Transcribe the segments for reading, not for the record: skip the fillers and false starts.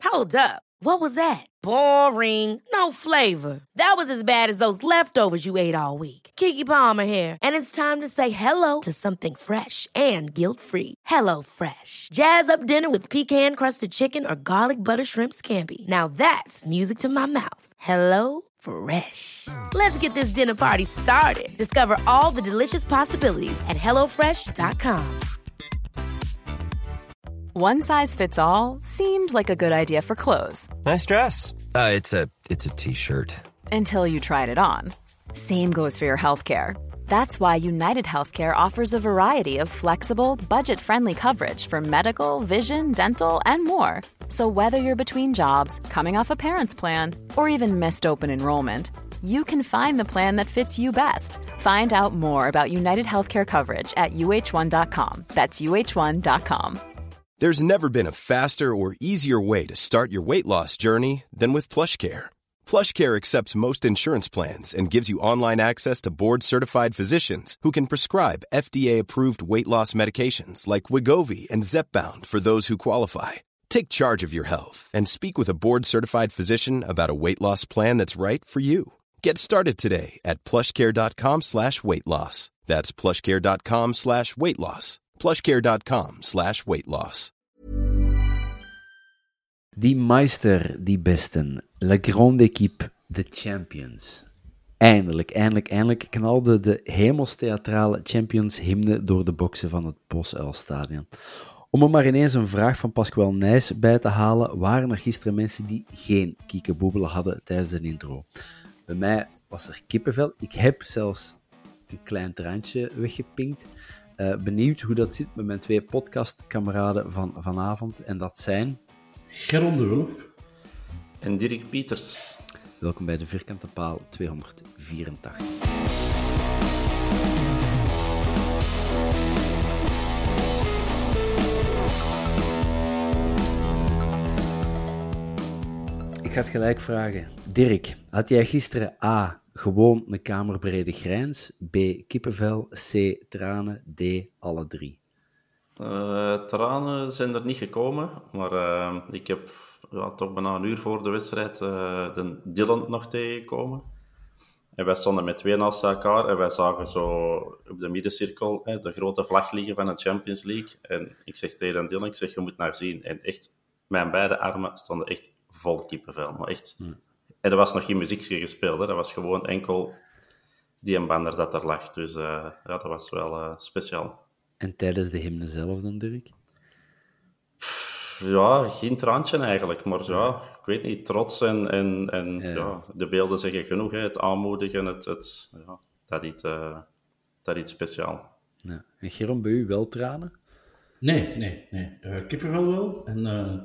Hold up. What was that? Boring. No flavor. That was as bad as those leftovers you ate all week. Keke Palmer here, and it's time to say hello to something fresh and guilt-free. Hello Fresh. Jazz up dinner with pecan-crusted chicken or garlic butter shrimp scampi. Now that's music to my mouth. Hello Fresh. Let's get this dinner party started. Discover all the delicious possibilities at hellofresh.com. One size fits all seemed like a good idea for clothes. Nice dress. It's a t-shirt. Until you tried it on. Same goes for your healthcare. That's why United Healthcare offers a variety of flexible, budget-friendly coverage for medical, vision, dental, and more. So whether you're between jobs, coming off a parent's plan, or even missed open enrollment, you can find the plan that fits you best. Find out more about United Healthcare coverage at uh1.com. That's uh1.com. There's never been a faster or easier way to start your weight loss journey than with PlushCare. PlushCare accepts most insurance plans and gives you online access to board-certified physicians who can prescribe FDA-approved weight loss medications like Wegovy and Zepbound for those who qualify. Take charge of your health and speak with a board-certified physician about a weight loss plan that's right for you. Get started today at plushcare.com/weightloss. That's plushcare.com/weightloss. plushcare.com/weightloss. Die Meister, die besten. La grande équipe, de champions. Eindelijk knalde de hemelstheatrale Champions-hymne door de boksen van het Bosuilstadion. Om er maar ineens een vraag van Pasquale Nijs bij te halen, waren er gisteren mensen die geen kiekeboebelen hadden tijdens de intro. Bij mij was er kippenvel. Ik heb zelfs een klein traantje weggepinkt. Benieuwd hoe dat zit met mijn 2 podcastkameraden van vanavond. En dat zijn... Geron de Wulf. En Dirk Pieters. Welkom bij de Vierkante Paal 284. Ik ga het gelijk vragen. Dirk, had jij gisteren A, gewoon een kamerbrede grijns, B, kippenvel, C, tranen, D, alle 3? Tranen zijn er niet gekomen, maar ik heb toch bijna een uur voor de wedstrijd de Dylan nog tegengekomen. En wij stonden met 2 naast elkaar en wij zagen zo op de middencirkel de grote vlag liggen van de Champions League. En ik zeg tegen Dylan, ik zeg, je moet naar zien. En echt, mijn beide armen stonden echt vol kippenvel. Maar echt... En er was nog geen muziekje gespeeld, hè. Dat was gewoon enkel die een banner dat er lag. Dus ja, dat was wel speciaal. En tijdens de hymne zelf dan, Dirk? Ja, geen traantje eigenlijk, maar ja, ik weet niet, trots en ja, de beelden zeggen genoeg, hè. Het aanmoedigen, ja, dat iets speciaal. Ja. En Geron, bij u wel tranen? Nee. Kippenvel wel. En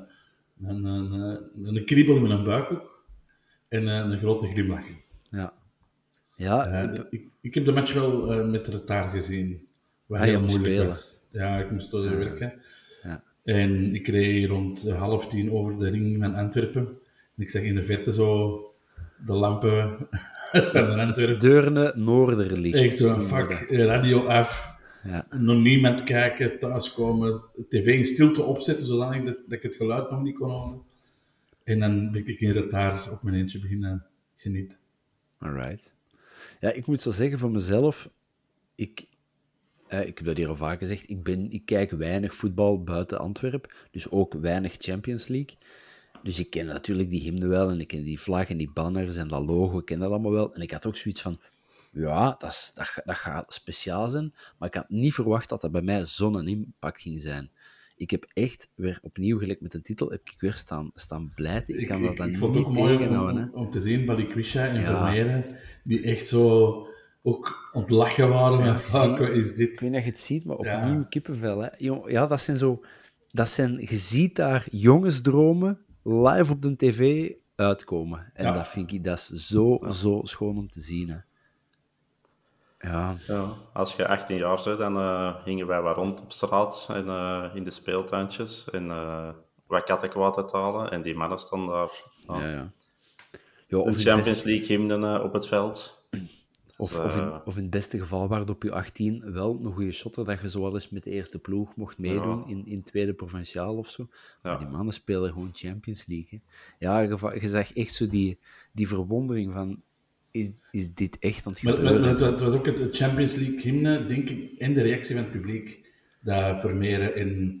een kriebel in mijn buik ook. En een grote glimlach. Ja. Ik heb de match wel met retard gezien. Wat heel moeilijk was. Ja, ik moest door werken. Ja. En ik reed rond 9:30 over de ring van Antwerpen. En ik zag in de verte zo de lampen van de Antwerpen. Deurne Noorderlicht. Echt zo, fuck, radio af. Ja. Nog niemand kijken, thuiskomen, tv in stilte opzetten, zodat ik het geluid nog niet kon horen. En dan ben ik in retard op mijn eentje beginnen genieten. Alright. Ja, ik moet zo zeggen van mezelf, ik heb dat hier al vaak gezegd, ik kijk weinig voetbal buiten Antwerpen, dus ook weinig Champions League. Dus ik ken natuurlijk die hymne wel, en ik ken die vlag en die banners en dat logo, ik ken dat allemaal wel. En ik had ook zoiets van, ja, dat gaat speciaal zijn, maar ik had niet verwacht dat dat bij mij zo'n impact ging zijn. Ik heb echt weer opnieuw, gelijk met een titel, heb ik weer staan blijten. Ik kan dat dan ik niet vond het ook mooi tegenhouden. om te zien, Balikwisha en Vermeeren, die echt zo ook ontlachen waren. Ja, Fuck, wat is dit? Ik weet dat je het ziet, maar opnieuw kippenvel. Hè. Ja, je ziet daar jongensdromen live op de tv uitkomen. En dat vind ik, dat is zo schoon om te zien. Hè. Ja. Als je 18 jaar bent, dan gingen wij wat rond op straat en in de speeltuintjes en wat kattenkwaad uit halen. En die mannen staan daar. Ja, de Champions League hymnen op het veld. Of in het beste geval waren het op je 18 wel een goede shotter dat je zo wel eens met de eerste ploeg mocht meedoen in tweede provinciaal of zo. Maar die mannen spelen gewoon Champions League. Hè. Ja, je zag echt zo die verwondering van, is dit echt aan het gebeuren? Maar het was ook het Champions League hymne, denk ik, en de reactie van het publiek. Dat Vermeeren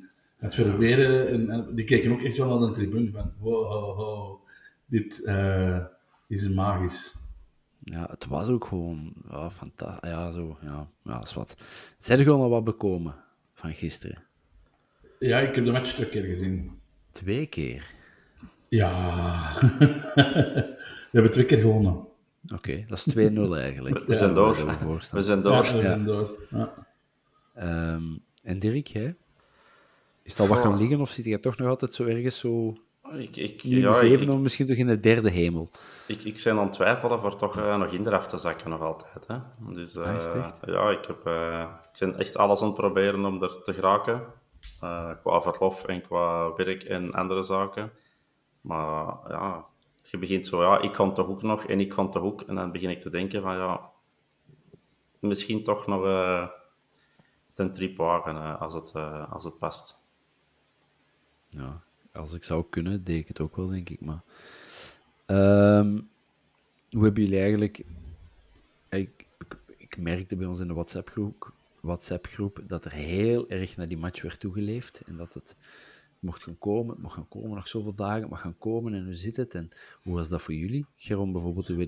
en die keken ook echt wel naar de tribune van, wow, dit is magisch. Ja, het was ook gewoon fantastisch. Ja, is wat. Zijn er gewoon al wat bekomen van gisteren? Ja, ik heb de match 2 keer gezien. 2 keer? Ja. We hebben 2 keer gewonnen. Oké, dat is 2-0 eigenlijk. We zijn door. We zijn door. Ja, we zijn door. Ja. En Dirk, jij? Is het al wat gaan liggen of zit je toch nog altijd zo ergens zo... Ik in de zevende of misschien toch in de derde hemel? Ik ben aan het twijfelen voor toch nog in eraf te zakken nog altijd. Hè. Dus ja, ik ben echt alles aan het proberen om er te geraken. Qua verlof en qua werk en andere zaken. Maar ja, je begint zo, ik kan toch ook nog en ik kan toch ook. En dan begin ik te denken van, misschien toch nog ten trip wagen als het past. Ja, als ik zou kunnen, deed ik het ook wel, denk ik. Maar hoe hebben jullie eigenlijk... Ik merkte bij ons in de WhatsApp-groep dat er heel erg naar die match werd toegeleefd. En dat het mocht gaan komen, nog zoveel dagen, het mag gaan komen. En hoe zit het? En hoe was dat voor jullie? Geron, bijvoorbeeld, hoe weet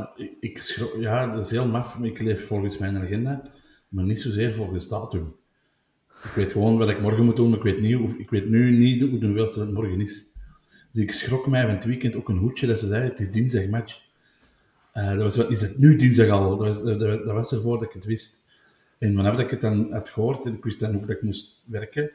Ja, dat is heel maf. Ik leef volgens mijn agenda, maar niet zozeer volgens datum. Ik weet gewoon wat ik morgen moet doen, maar ik weet nu niet hoe de hoeveelste het morgen is. Dus ik schrok mij van het weekend ook een hoedje dat ze zei, het is dinsdag match. Is het nu dinsdag al? Dat was ervoor dat ik het wist. En wanneer ik het dan had gehoord, en ik wist dan ook dat ik moest werken,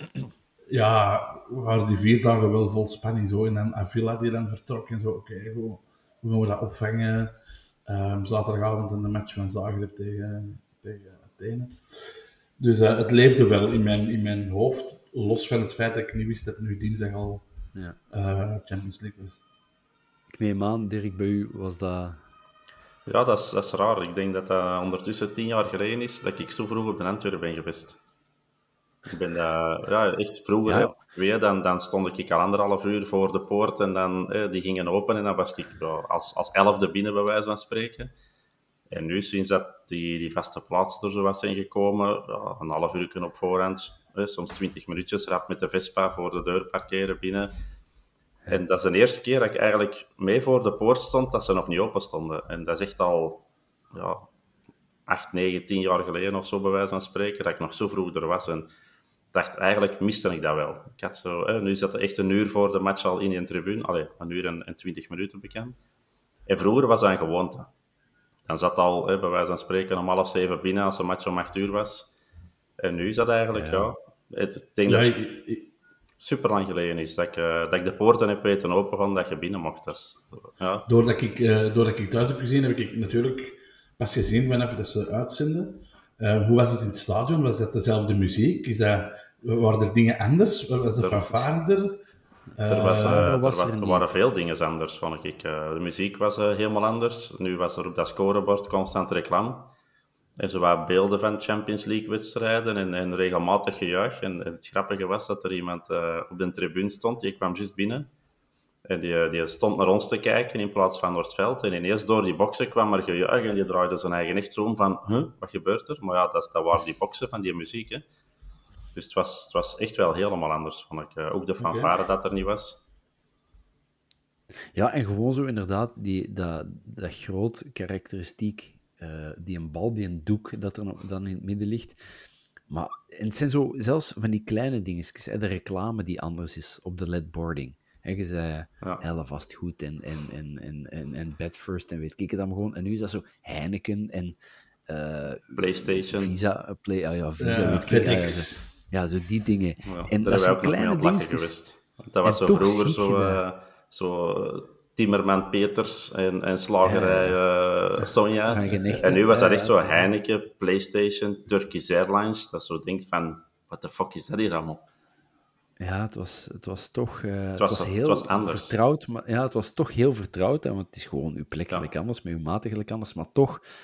ja, waren die 4 dagen wel vol spanning. Zo. En dan Avila die dan vertrok en zo, oké, hoe gaan we dat opvangen? Zaterdagavond in de match van Zagreb tegen Athene. Dus het leefde wel in mijn hoofd, los van het feit dat ik niet wist dat het nu dinsdag al Champions League was. Ik neem aan, Dirk, bij u was dat... Ja, dat is raar. Ik denk dat dat ondertussen 10 jaar geleden is dat ik zo vroeg op de Antwerpen ben geweest. Ik ben echt vroeger. Ja. Dan stond ik al 1,5 uur voor de poort en dan die gingen open en dan was ik als 11e binnen, bij wijze van spreken. En nu, sinds dat die vaste plaatsen er zo wat zijn gekomen, een half uur op voorhand, soms 20 minuutjes, rap met de Vespa voor de deur parkeren binnen. En dat is de eerste keer dat ik eigenlijk mee voor de poort stond, dat ze nog niet open stonden. En dat is echt al 8, 9, 10 jaar geleden of zo, bij wijze van spreken, dat ik nog zo vroeg er was. En dacht, eigenlijk miste ik dat wel. Ik had nu is dat echt 1 uur voor de match al in een tribune. Allee, 1 uur en 20 minuten bekend. En vroeger was dat een gewoonte. Dan zat al, bij wijze van spreken, om 6:30 binnen als de match om 8 uur was. En nu is dat eigenlijk, ik denk dat het super lang geleden is dat ik de poorten heb weten open van dat je binnen mocht. Dus, Doordat ik thuis heb gezien, heb ik natuurlijk pas gezien vanaf dat ze uitzenden. Hoe was het in het stadion? Was dat dezelfde muziek? Waren er dingen anders? Was de fanfare er? Er waren veel dingen anders, vond ik. De muziek was helemaal anders. Nu was er op dat scorebord constant reclame. En zo waren beelden van Champions League-wedstrijden en regelmatig gejuich. En het grappige was dat er iemand op de tribune stond, die kwam juist binnen. En die stond naar ons te kijken in plaats van naar het veld. En ineens door die boksen kwam er gejuich en die draaide zijn eigen echt zo om van, wat gebeurt er? Maar ja, dat waren die boksen van die muziek, hè. Dus het was echt wel helemaal anders, vond ik. Ook de fanfare dat er niet was. Ja, en gewoon zo inderdaad, dat groot karakteristiek, die een bal, die een doek, dat er dan in het midden ligt. Maar en het zijn zo, zelfs van die kleine dingetjes, de reclame die anders is op de LED-boarding. Je zei Helle vastgoed en Bedfirst en weet ik het dan gewoon. En nu is dat zo Heineken en... PlayStation. Visa, weet FedEx. Ja, zo die dingen. Ja, en dat zijn kleine dingetjes. Dat was zo vroeger zo Timmerman Peters en slagerij Sonja. En nu was dat echt zo Heineken, PlayStation, Turkish Airlines. Dat zo denkt van, what the fuck is dat hier allemaal? Ja, het was toch... het was anders. Vertrouwd, maar ja, het was toch heel vertrouwd, want het is gewoon uw plek gelijk anders, met uw maten gelijk anders, maar toch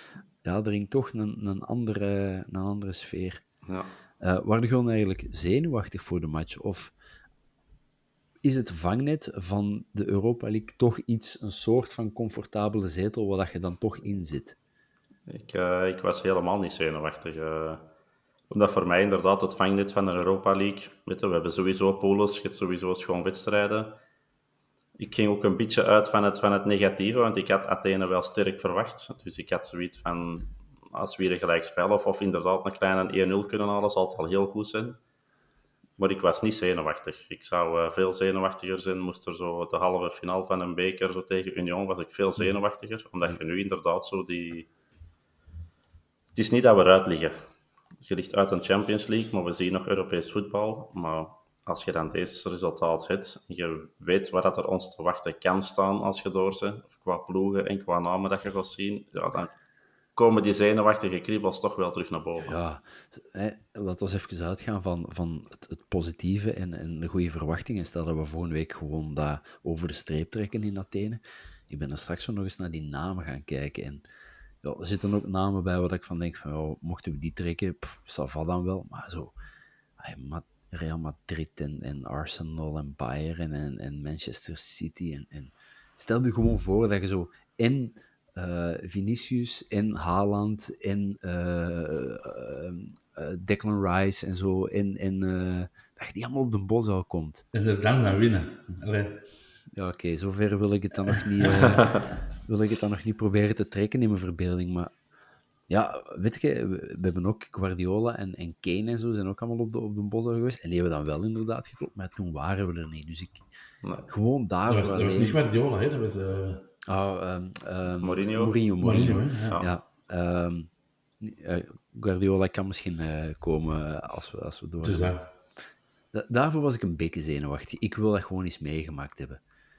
ja, er hing toch een andere sfeer. Ja. Waren je gewoon eigenlijk zenuwachtig voor de match? Of is het vangnet van de Europa League toch een soort van comfortabele zetel waar dat je dan toch in zit? Ik was helemaal niet zenuwachtig. Omdat voor mij inderdaad het vangnet van de Europa League... Weet je, we hebben sowieso pools, je hebt sowieso schoon wedstrijden. Ik ging ook een beetje uit van het negatieve, want ik had Athene wel sterk verwacht. Dus ik had zoiets van, als we hier een gelijkspel of inderdaad een kleine 1-0 kunnen halen, zal het al heel goed zijn. Maar ik was niet zenuwachtig. Ik zou veel zenuwachtiger zijn. Moest er zo de halve finale van een beker zo tegen Union, was ik veel zenuwachtiger. Omdat je nu inderdaad zo die... Het is niet dat we eruit liggen. Je ligt uit een Champions League, maar we zien nog Europees voetbal. Maar als je dan deze resultaat hebt, je weet waar dat er ons te wachten kan staan als je door bent, qua ploegen en qua namen dat je gaat zien, ja, dan komen die zenuwachtige kriebels toch wel terug naar boven. Ja, laten we even uitgaan van het positieve en de goede verwachtingen. Stel dat we volgende week gewoon dat over de streep trekken in Athene. Ik ben er straks zo nog eens naar die namen gaan kijken. En ja, er zitten ook namen bij waar ik van denk van, oh, mochten we die trekken, ça va dan wel. Maar zo, Real Madrid en Arsenal en Bayern en Manchester City. En stel je gewoon voor dat je zo in Vinicius en Haaland en Declan Rice en zo dat je die allemaal op de bos al komt. En we dan gaan winnen. Allee. Ja, oké, zover wil ik het dan nog niet proberen te trekken in mijn verbeelding, maar ja, weet je, we hebben ook Guardiola en Kane en zo zijn ook allemaal op de bos geweest en die hebben dan wel inderdaad geklopt, maar toen waren we er niet, dus gewoon daarvoor Dat was niet Guardiola, hè? Dat was... Mourinho. Mourinho, hè? Ja. Guardiola kan misschien komen als we door. Dus Daarvoor was ik een beetje zenuwachtig. Ik wil dat gewoon eens meegemaakt hebben.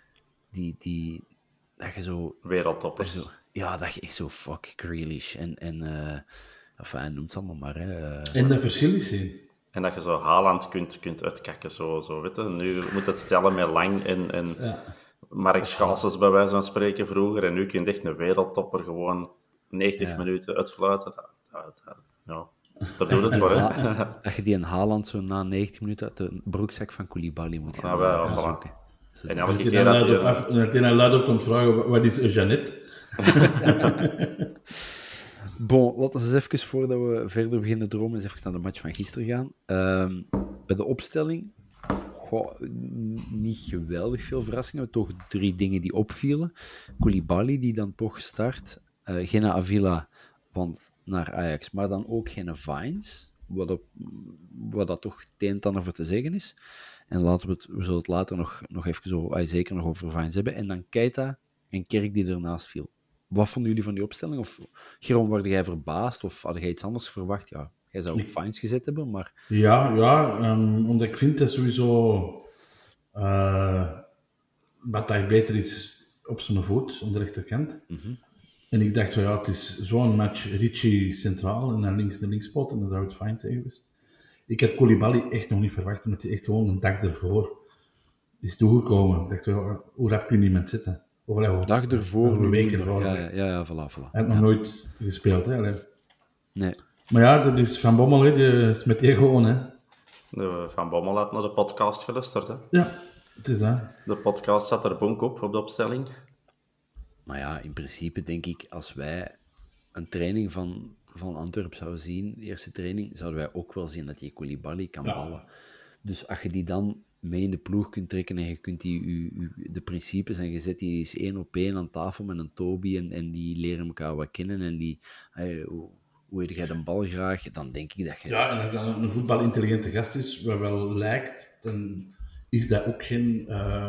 Dat je zo... Wereldtoppers. Ja, dat je echt zo fuck Grealish en noem het allemaal maar. En dat verschil is zien. En dat je zo Haaland kunt uitkakken, zo weet je. Nu moet het stellen met Lang en Mark Schaassens bij wijze van spreken vroeger. En nu kun je echt een wereldtopper gewoon 90 minuten uitfluiten. Ja, daar doet het voor, hè. Dat je die een Haaland zo na 90 minuten uit de broekzak van Koulibaly moet gaan zoeken. En elke keer keer dat hij luid op komt vragen, wat is Jeannette? Bon, laten we eens even, voordat we verder beginnen dromen, eens even naar de match van gisteren gaan. Bij de opstelling, niet geweldig veel verrassingen, toch 3 dingen die opvielen. Koulibaly, die dan toch start. Geen Avila, want naar Ajax, maar dan ook geen Vines, wat dat toch het een en ander voor te zeggen is. En we zullen het later nog even zo, zeker nog over Vines hebben. En dan Keita en Kerk die ernaast viel. Wat vonden jullie van die opstelling? Of, Jeroen, werd jij verbaasd? Of had jij iets anders verwacht? Ja, jij zou ook Vines gezet hebben, maar... Ja, omdat ik vind dat sowieso... wat hij beter is op zijn voet, aan de rechterkant. Mm-hmm. En ik dacht van, ja, het is zo'n match Richie centraal en dan links de linkspot, en dan zou het fijn zijn geweest. Ik had Koulibaly echt nog niet verwacht, omdat hij echt gewoon een dag ervoor is toegekomen. Ik dacht, ja, hoe rap kun je iemand zitten? Een dag ervoor. Een week ervoor. Ja, voilà. Hij had nog nooit gespeeld, hè. Allee. Nee. Maar ja, dat is Van Bommel, hè. Die smet je gewoon, hè. Van Bommel had naar de podcast geluisterd, hè. Ja, het is dat. De podcast zat er bonk op de opstelling. Maar ja, in principe denk ik, als wij een training van Antwerpen zouden zien, de eerste training, zouden wij ook wel zien dat je Koulibaly kan ballen. Dus als je die dan mee in de ploeg kunt trekken en je kunt de principes en je zet die eens 1 op 1 aan tafel met een Toby en die leren elkaar wat kennen en die... hoe heb jij de bal graag? Dan denk ik dat je... Ja, en als dat een voetbalintelligente gast is, wat wel lijkt, dan is dat ook geen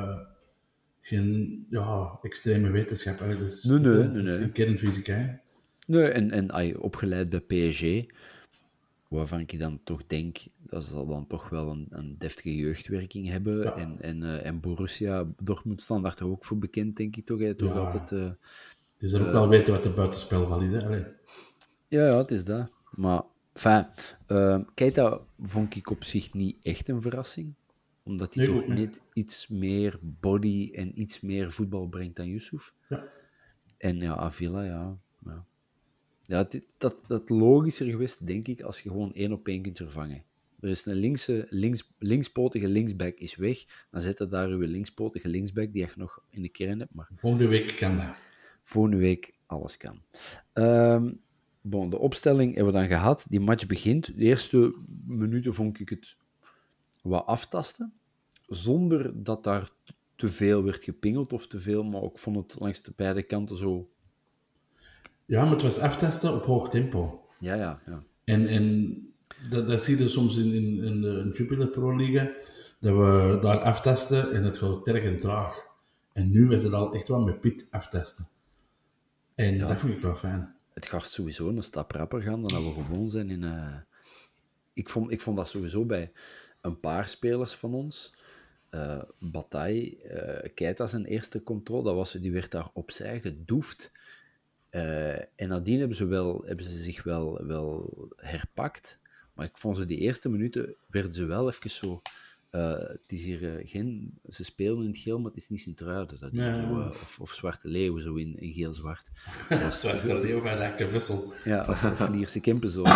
extreme wetenschap. Dat is een kernfysica. Nee, en opgeleid bij PSG, waarvan ik dan toch denk, dat zal dan toch wel een deftige jeugdwerking hebben. Ja. En Borussia Dortmund staan daar toch ook voor bekend, denk ik toch. Toch altijd... Je zal ook wel weten wat de buitenspelval is, hè? Allee. Ja, het is dat. Maar, Keita vond ik op zich niet echt een verrassing. Omdat hij toch net iets meer body en iets meer voetbal brengt dan Yusuf. Ja. En ja, Avila, ja. Ja, dat logischer geweest, denk ik, als je gewoon 1-op-1 kunt vervangen. Er is een linkspotige linksback is weg, dan zet je daar uw linkspotige linksback, die je nog in de kern hebt, maar Volgende week kan dat. volgende week alles kan. Bon, de opstelling hebben we dan gehad. Die match begint. De eerste minuten vond ik het wat aftasten, zonder dat daar te veel werd gepingeld of te veel, maar ik vond het langs de beide kanten zo... Ja, maar het was aftesten op hoog tempo. Ja. En dat zie je soms in de Jupiler Pro Liga, dat we daar aftesten en het gaat terg en traag. En nu is het al echt wel met Piet aftesten. En dat vond ik wel fijn. Het gaat sowieso een stap rapper gaan dan dat we gewoon zijn in... Ik vond dat sowieso bij een paar spelers van ons. Bataille, Keita zijn eerste controle, die werd daar opzij gedoefd. En nadien hebben ze zich wel herpakt. Maar ik vond ze die eerste minuten, werden ze wel even zo... het is hier ze spelen in het geel, maar het is niet Sint-Truiden. Dat hier zo, of Zwarte Leeuwen, zo in geel-zwart. Zwarte Leeuw van Rakke Vissel. Ja, of Lierse Kempen zo.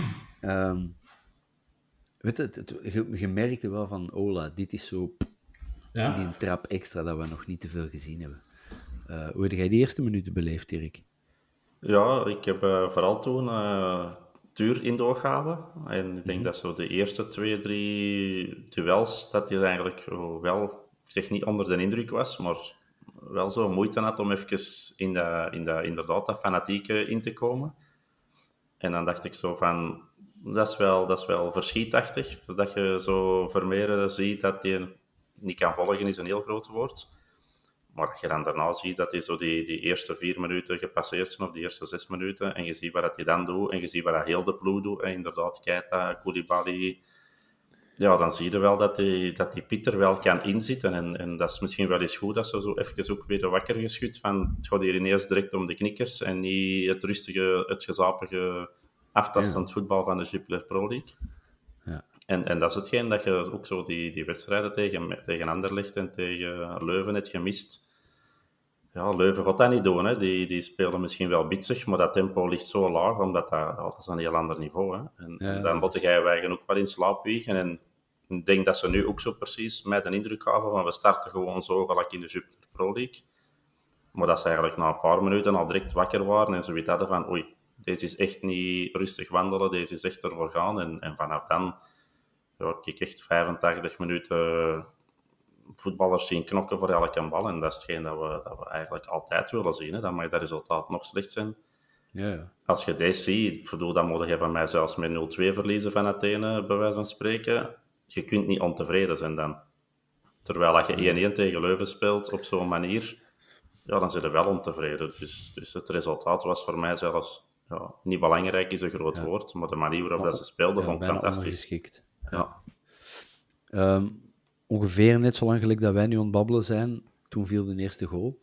Weet je merkte wel van, Ola, dit is zo die trap extra dat we nog niet te veel gezien hebben. Hoe heb jij die eerste minuten beleefd, Erik? Ja, ik heb vooral toen Tuur in de ooghaven. En ik denk dat zo de eerste 2-3 duels, dat hij eigenlijk wel, ik zeg niet onder de indruk was, maar wel zo moeite had om even inderdaad dat fanatieke in te komen. En dan dacht ik zo van, dat is wel verschietachtig, dat je zo Vermeeren ziet dat hij niet kan volgen, is een heel groot woord. Maar als je dan daarna ziet dat hij zo die eerste 4 minuten gepasseerd zijn, of die eerste 6 minuten, en je ziet wat hij dan doet, en je ziet wat hij heel de ploeg doet, en inderdaad, Keita, Koulibaly, ja, dan zie je wel dat die Pieter wel kan inzitten. En dat is misschien wel eens goed, dat ze zo even ook weer wakker geschud van, het gaat hier ineens direct om de knikkers, en niet het rustige, het gezapige aftastend voetbal van de Jupiler Pro League. Ja. En dat is hetgeen dat je ook zo die wedstrijden tegen Anderlecht en tegen Leuven hebt gemist. Ja, Leuven gaat dat niet doen. Hè. Die spelen misschien wel bitsig, maar dat tempo ligt zo laag, omdat dat is een heel ander niveau. Hè. En dan botte jij wijgen ook wel in slaap wiegen. En ik denk dat ze nu ook zo precies met een indruk gaven van we starten gewoon zo gelijk in de Jupiler Pro League. Maar dat ze eigenlijk na een paar minuten al direct wakker waren en zoiets hadden van oei, deze is echt niet rustig wandelen, deze is echt ervoor gaan. En vanaf dan heb ik echt 85 minuten voetballers zien knokken voor elke bal. En dat is hetgeen dat we eigenlijk altijd willen zien. Hè. Dan mag dat resultaat nog slecht zijn. Ja. Als je deze ziet, ik bedoel, dan moet je van mij zelfs met 0-2 verliezen van Athene, bij wijze van spreken. Je kunt niet ontevreden zijn dan. Terwijl als je 1-1 tegen Leuven speelt op zo'n manier, ja, dan zit je wel ontevreden. Dus het resultaat was voor mij zelfs niet belangrijk, is een groot woord, maar de manier waarop dat ze speelden vond ik fantastisch. Ondergeschikt. Ja. Ongeveer net zo lang gelijk dat wij nu aan het babbelen zijn, toen viel de eerste goal.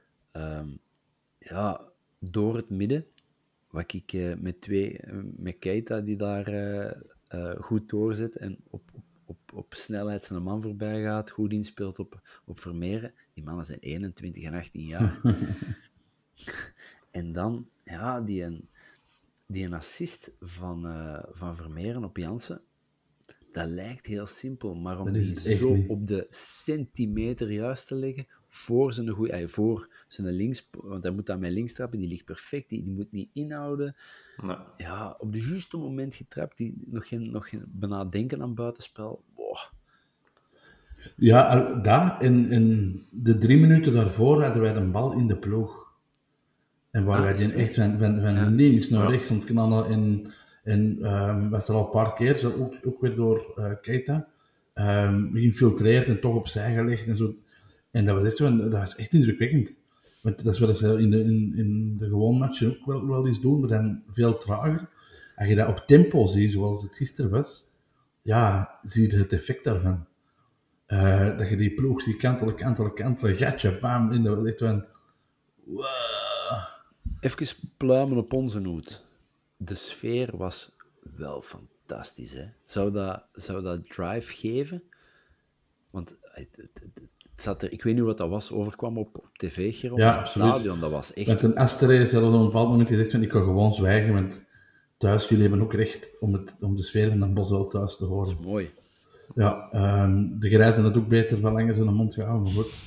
Door het midden, wat ik met Keita die daar goed doorzet en op snelheid zijn man voorbij gaat, goed inspeelt op Vermeeren. Die mannen zijn 21 en 18 jaar. En dan, die een assist van Vermeeren op Jansen, dat lijkt heel simpel, maar om die zo op de centimeter juist te leggen, voor zijn links, want hij moet dan met links trappen, die ligt perfect, die moet niet inhouden. Nee. Ja, op de juiste moment getrapt, die nog geen bijna denken aan buitenspel. Boah. Ja, daar, in de 3 minuten daarvoor hadden wij een bal in de ploeg. En waar wij die echt van links naar rechts aan het knallen en was er al een paar keer, ook weer door Keita, geïnfiltreerd en toch opzij gelegd en zo. En dat was echt indrukwekkend. Want dat is wat ze in de gewone matchen ook wel eens doen, maar dan veel trager. Als je dat op tempo ziet, zoals het gisteren was, ja, zie je het effect daarvan. Dat je die ploeg ziet kantelen, gatje, bam, in de echt van... Wow. Even pluimen op onze hoed. De sfeer was wel fantastisch, hè? Zou dat drive geven? Want zat er, ik weet niet wat dat was, overkwam op tv, Geron, Ja, op het absoluut. stadion. Dat was echt... Met een Astere zelfs op een bepaald moment gezegd van ik kan gewoon zwijgen, want thuis, jullie hebben ook recht om de sfeer van een Boswell thuis te horen. Mooi. Ja, de grijzen had ook beter wel langer zijn mond gehouden, maar goed.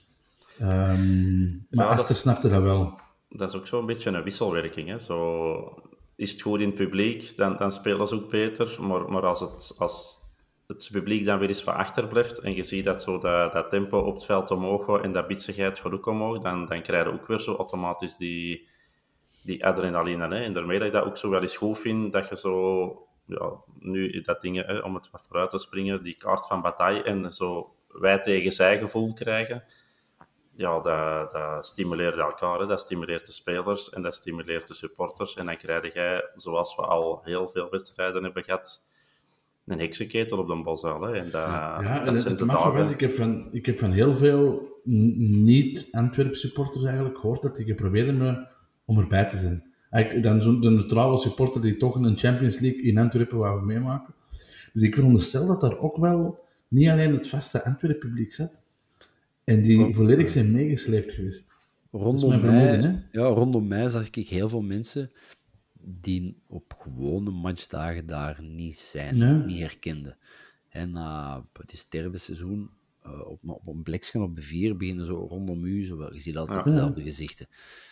Maar Astere snapte dat wel. Dat is ook zo'n beetje een wisselwerking. Hè? Zo, is het goed in het publiek, dan spelen ze ook beter. Maar als het publiek dan weer eens wat achterblijft en je ziet dat, zo dat tempo op het veld omhoog gaat en dat bitsigheid gaat ook omhoog, dan krijg je ook weer zo automatisch die adrenaline. Hè? En daarmee dat ik dat ook zo wel eens goed vind, dat je zo... Ja, nu dat dingen, hè, om het wat vooruit te springen, die kaart van bataille en zo wij tegen zij gevoel krijgen. Ja, dat stimuleert elkaar, hè. Dat stimuleert de spelers en dat stimuleert de supporters. En dan krijg jij, zoals we al heel veel wedstrijden hebben gehad, een heksenketel op de Boswell. Hè. En Ja, dat en zijn het de maffe dagen. was, ik heb van heel veel niet-Antwerp supporters eigenlijk gehoord dat die geprobeerd om erbij te zijn. Eigenlijk dan zo'n de neutrale supporter die toch een Champions League in Antwerpen wou meemaken. Dus ik veronderstel dat daar ook wel niet alleen het vaste Antwerp publiek zat en die volledig zijn meegesleept geweest. Rondom mijn vermoeden, mij, ja, rondom mij zag ik heel veel mensen die op gewone matchdagen daar niet zijn, Nee. niet herkenden. En het is het derde seizoen, op een blekscherm op de 4 beginnen zo rondom u, je ziet altijd dezelfde gezichten.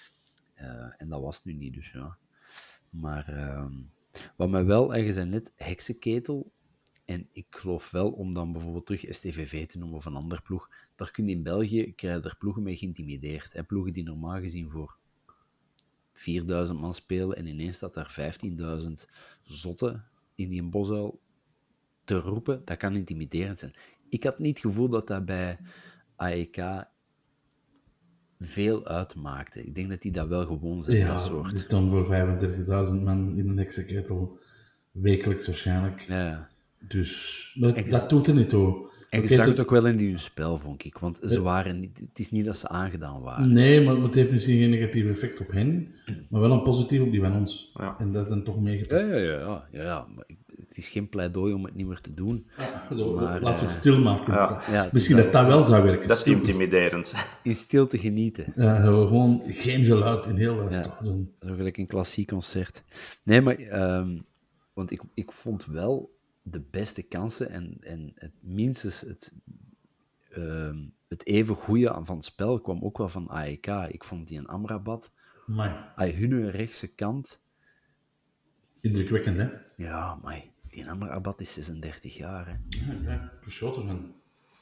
En dat was het nu niet, dus ja. Maar wat mij wel, je zei net, heksenketel, en ik geloof wel, om dan bijvoorbeeld terug STVV te noemen of een ander ploeg, daar kun je in België, krijg je er ploegen mee geïntimideerd. En ploegen die normaal gezien voor 4000 man spelen en ineens staat daar 15.000 zotten in die Boswell te roepen, dat kan intimiderend zijn. Ik had niet het gevoel dat dat bij AEK veel uitmaakte. Ik denk dat die dat wel gewoon zijn, dat soort. Dus dan voor 35.000 man in een heksenketel wekelijks waarschijnlijk. Ja. Dus dat doet er niet toe. En je zag het ook wel in hun spel, vond ik. Want ze waren niet, het is niet dat ze aangedaan waren. Nee, maar het heeft misschien geen negatief effect op hen, maar wel een positief op die van ons. Ja. En dat is dan toch meegepakt. Ja. Maar het is geen pleidooi om het niet meer te doen. Laten we het stilmaken. Ja, Misschien dat wel zou werken. Dat is intimiderend. In stilte genieten. Ja, gewoon geen geluid in heel het stadion. Zo gelijk een klassiek concert. Nee, maar... want ik vond wel de beste kansen en het minstens het even goede van het spel kwam ook wel van AEK. Ik vond die een Amrabat. Hun rechtse kant... Indrukwekkend, hè? Ja, maar die Amrabat is 36 jaar, hè. Ja, verschoten van.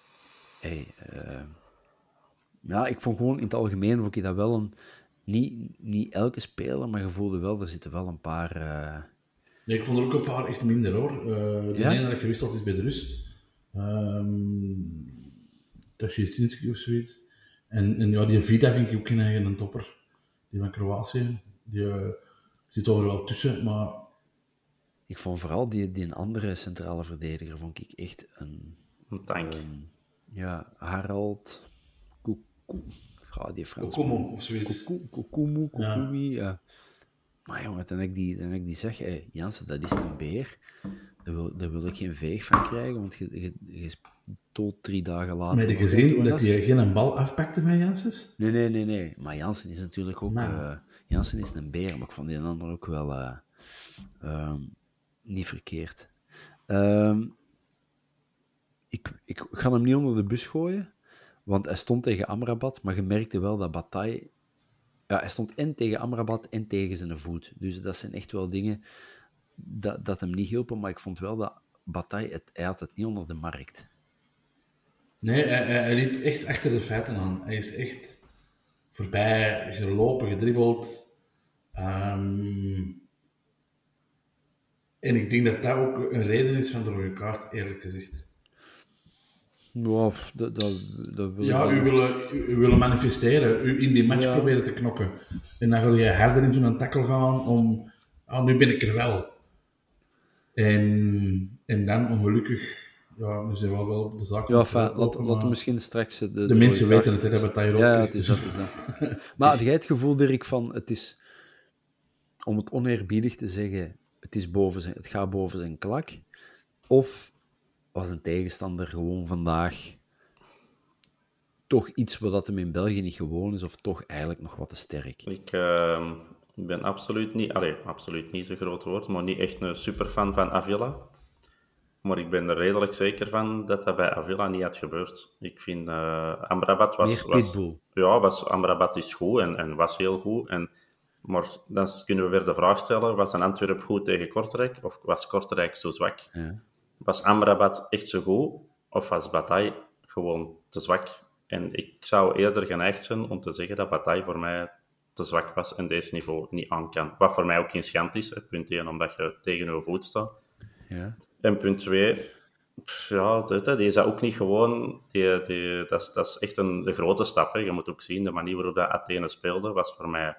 Ja, ik vond gewoon in het algemeen vond ik dat wel een... Niet elke speler, maar je voelde wel, er zitten wel een paar... Nee, ik vond er ook een paar echt minder, hoor. De ene dat gewisseld is bij de rust. Tasjesinski of zoiets. En ja, die Vida vind ik ook een topper. Die van Kroatië. Die zit overal tussen, maar... Ik vond vooral die andere centrale verdediger vond ik echt een tank. Harald die Frans. Kokumu of zoiets. Kokumi, ja. Maar jongen, toen ik die zeg, Jansen, dat is een beer. Daar wil ik geen veeg van krijgen, want je stoot 3 dagen later. Maar heb je gezien dat hij geen bal afpakte met Janssens? Nee. Maar Jansen is natuurlijk ook... Jansen is een beer, maar ik vond die ander ook wel niet verkeerd. Ik ga hem niet onder de bus gooien, want hij stond tegen Amrabat, maar je merkte wel dat Bataille... Ja, hij stond en tegen Amrabat en tegen zijn voet. Dus dat zijn echt wel dingen dat hem niet hielpen, maar ik vond wel dat Bataille, hij had het niet onder de markt. Nee, hij liep echt achter de feiten aan. Hij is echt voorbij gelopen, gedribbeld. En ik denk dat dat ook een reden is van de rode kaart, eerlijk gezegd. Ja, dat wil Ja, ik u willen manifesteren, u in die match proberen te knokken. En dan ga je harder in zo'n tackle gaan om... nu ben ik er wel. En dan ongelukkig... Ja, nu zijn we wel op de zaak. Ja, laten we misschien straks... De mensen weten het, dat Bataille ook. Ja, het is dat. Maar had jij het gevoel, Dirk, van... Het is, om het oneerbiedig te zeggen, het gaat boven zijn klak? Of was een tegenstander gewoon vandaag toch iets wat hem in België niet gewoon is, of toch eigenlijk nog wat te sterk? Ik ben absoluut niet zo'n groot woord, maar niet echt een superfan van Avila. Maar ik ben er redelijk zeker van dat dat bij Avila niet had gebeurd. Ik vind Amrabat was... Meer pitbull. Amrabat is goed en was heel goed. Maar dan kunnen we weer de vraag stellen, was een Antwerp goed tegen Kortrijk of was Kortrijk zo zwak? Ja. Was Amrabat echt zo goed of was Bataille gewoon te zwak? En ik zou eerder geneigd zijn om te zeggen dat Bataille voor mij te zwak was en deze niveau niet aan kan. Wat voor mij ook geen schand is. Hè. Punt 1, omdat je tegen je voet staat. Ja. En punt 2, die is dat ook niet gewoon... Dat is echt de grote stap. Hè. Je moet ook zien, de manier waarop dat Athene speelde, was voor mij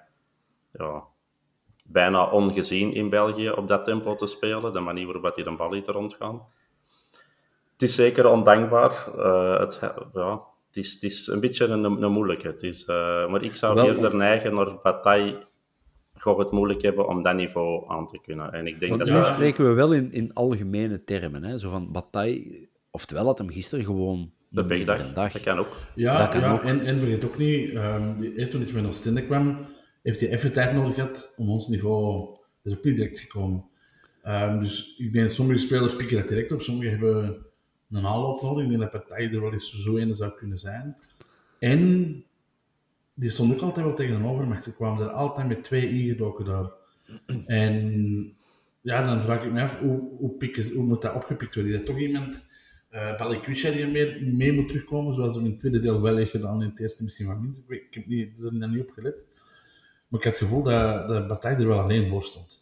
bijna ongezien in België op dat tempo te spelen. De manier waarop hij de bal liet rondgaan. Het is zeker ondankbaar. Het is een beetje een moeilijke. Maar ik zou eerder neigen naar Bataille gaat het moeilijk hebben om dat niveau aan te kunnen. En ik denk Want dat nu spreken we wel in algemene termen. Hè? Zo van Bataille, oftewel had hem gisteren gewoon de big dag. Dat kan ook. Ja. En vergeet ook niet, toen ik van Oostende kwam, heeft hij even tijd nodig gehad om ons niveau... Dat is ook niet direct gekomen. Dus ik denk dat sommige spelers pikken dat direct op, sommigen hebben een aanloop nodig. Ik denk dat Bataille er wel eens zo een zou kunnen zijn. En die stond ook altijd wel tegen een overmacht. Ze kwamen er altijd met 2 ingedoken daar. En ja, dan vraag ik me af, hoe moet dat opgepikt worden? Is dat toch iemand, Balikwisha, die mee moet terugkomen, zoals we in het tweede deel wel heeft gedaan, in het eerste misschien wat minder. Ik heb er niet op gelet. Maar ik had het gevoel dat Bataille er wel alleen voor stond.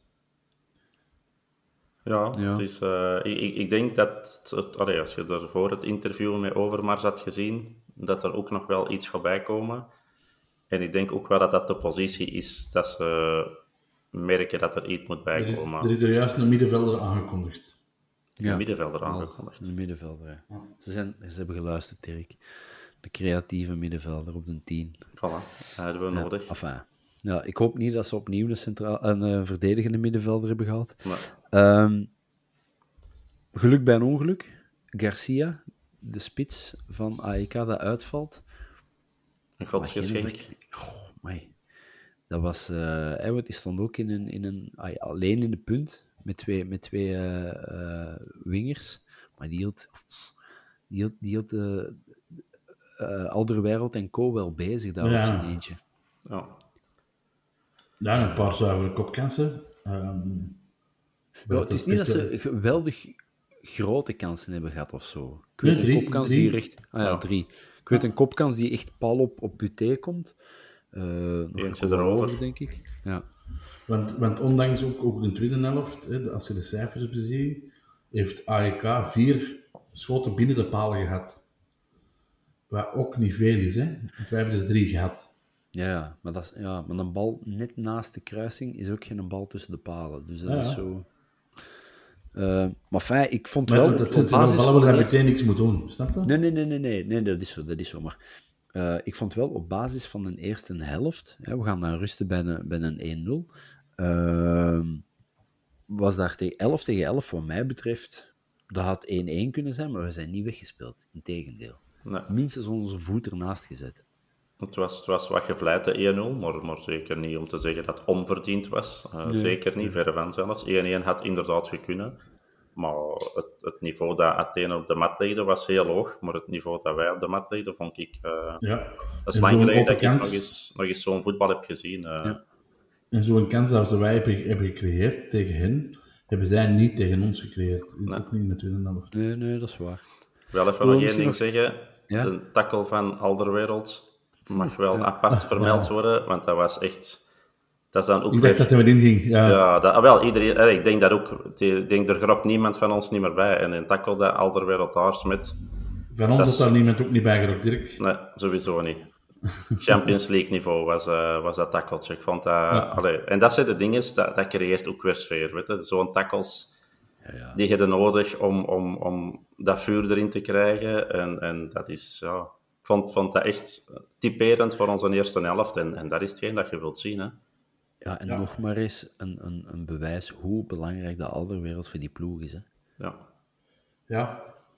Ja. Het is, ik denk dat, als je er voor het interview met Overmars had gezien, dat er ook nog wel iets gaat bijkomen. En ik denk ook wel dat dat de positie is dat ze merken dat er iets moet bijkomen. Er is er juist een middenvelder aangekondigd. Een middenvelder aangekondigd. Een middenvelder, ja. Ze hebben geluisterd, Dirk. De creatieve middenvelder op de 10. Voilà, dat hebben we nodig. Enfin, ja, ik hoop niet dat ze opnieuw een verdedigende middenvelder hebben gehad. Nee. Geluk bij een ongeluk. Garcia, de spits van AEK, dat uitvalt. Een godsgeschenk. Dat was... want die stond ook alleen in de punt, met twee wingers. Maar die hield Alderweireld en Co wel bezig daar op zijn eentje. Ja, een paar zuivere kopkansen. Het is niet dat ze geweldig grote kansen hebben gehad of zo. Ik weet Nee, een kopkans die recht... 3. Ik weet een kopkans die echt pal op Buté komt. Eentje erover, denk ik. Ja. Want ondanks ook de tweede helft, hè, als je de cijfers beziet, heeft AEK 4 schoten binnen de palen gehad. Wat ook niet veel is, hè. Want wij hebben er 3 gehad. Ja, maar een bal net naast de kruising is ook geen bal tussen de palen. Dus dat is zo... maar fijn, ik vond wel... Maar dat zijn ballen waar je meteen niks moet doen, snap je? Nee, dat is zo. Maar ik vond wel op basis van de eerste helft, we gaan dan rusten bij een 1-0, was daar 11 tegen 11 wat mij betreft, dat had 1-1 kunnen zijn, maar we zijn niet weggespeeld. Integendeel. Nee. Minstens onze voet ernaast gezet. Het was wat gevleid, de 1-0, maar zeker niet om te zeggen dat het onverdiend was. Zeker niet, verre van zelfs. 1-1 had inderdaad gekund. Maar het niveau dat Athene op de mat legde was heel hoog. Maar het niveau dat wij op de mat legden, vond ik... Dat is lang geleden dat ik nog eens zo'n voetbal heb gezien. En zo'n kans dat wij hebben gecreëerd tegen hen, hebben zij niet tegen ons gecreëerd. Nee. Ook niet in de tweede helft. Nee, dat is waar. Wel even nog één ding zeggen. Ja? De tackle van Alderweireld mag wel apart vermeld worden, want dat was echt... Dat is dan ook ik dacht dat hij erin ging. Iedereen... Ik denk dat ook... Ik denk, er grookt niemand van ons niet meer bij. En een tackle dat Alderweireld daar smet... Van ons is daar niemand ook niet bij gerokt, Dirk. Nee, sowieso niet. Champions League niveau was dat tackeltje. Ik vond dat... En dat zijn de dingen, dat creëert ook weer sfeer. Weet je? Zo'n tackles... Ja. Die hebben nodig om dat vuur erin te krijgen. En dat is... Ja, ik vond dat echt typerend voor onze eerste helft. En dat is hetgeen dat je wilt zien. Hè. Ja, en nog maar eens een bewijs hoe belangrijk de Alderweireld voor die ploeg is. Hè. Ja. Ja.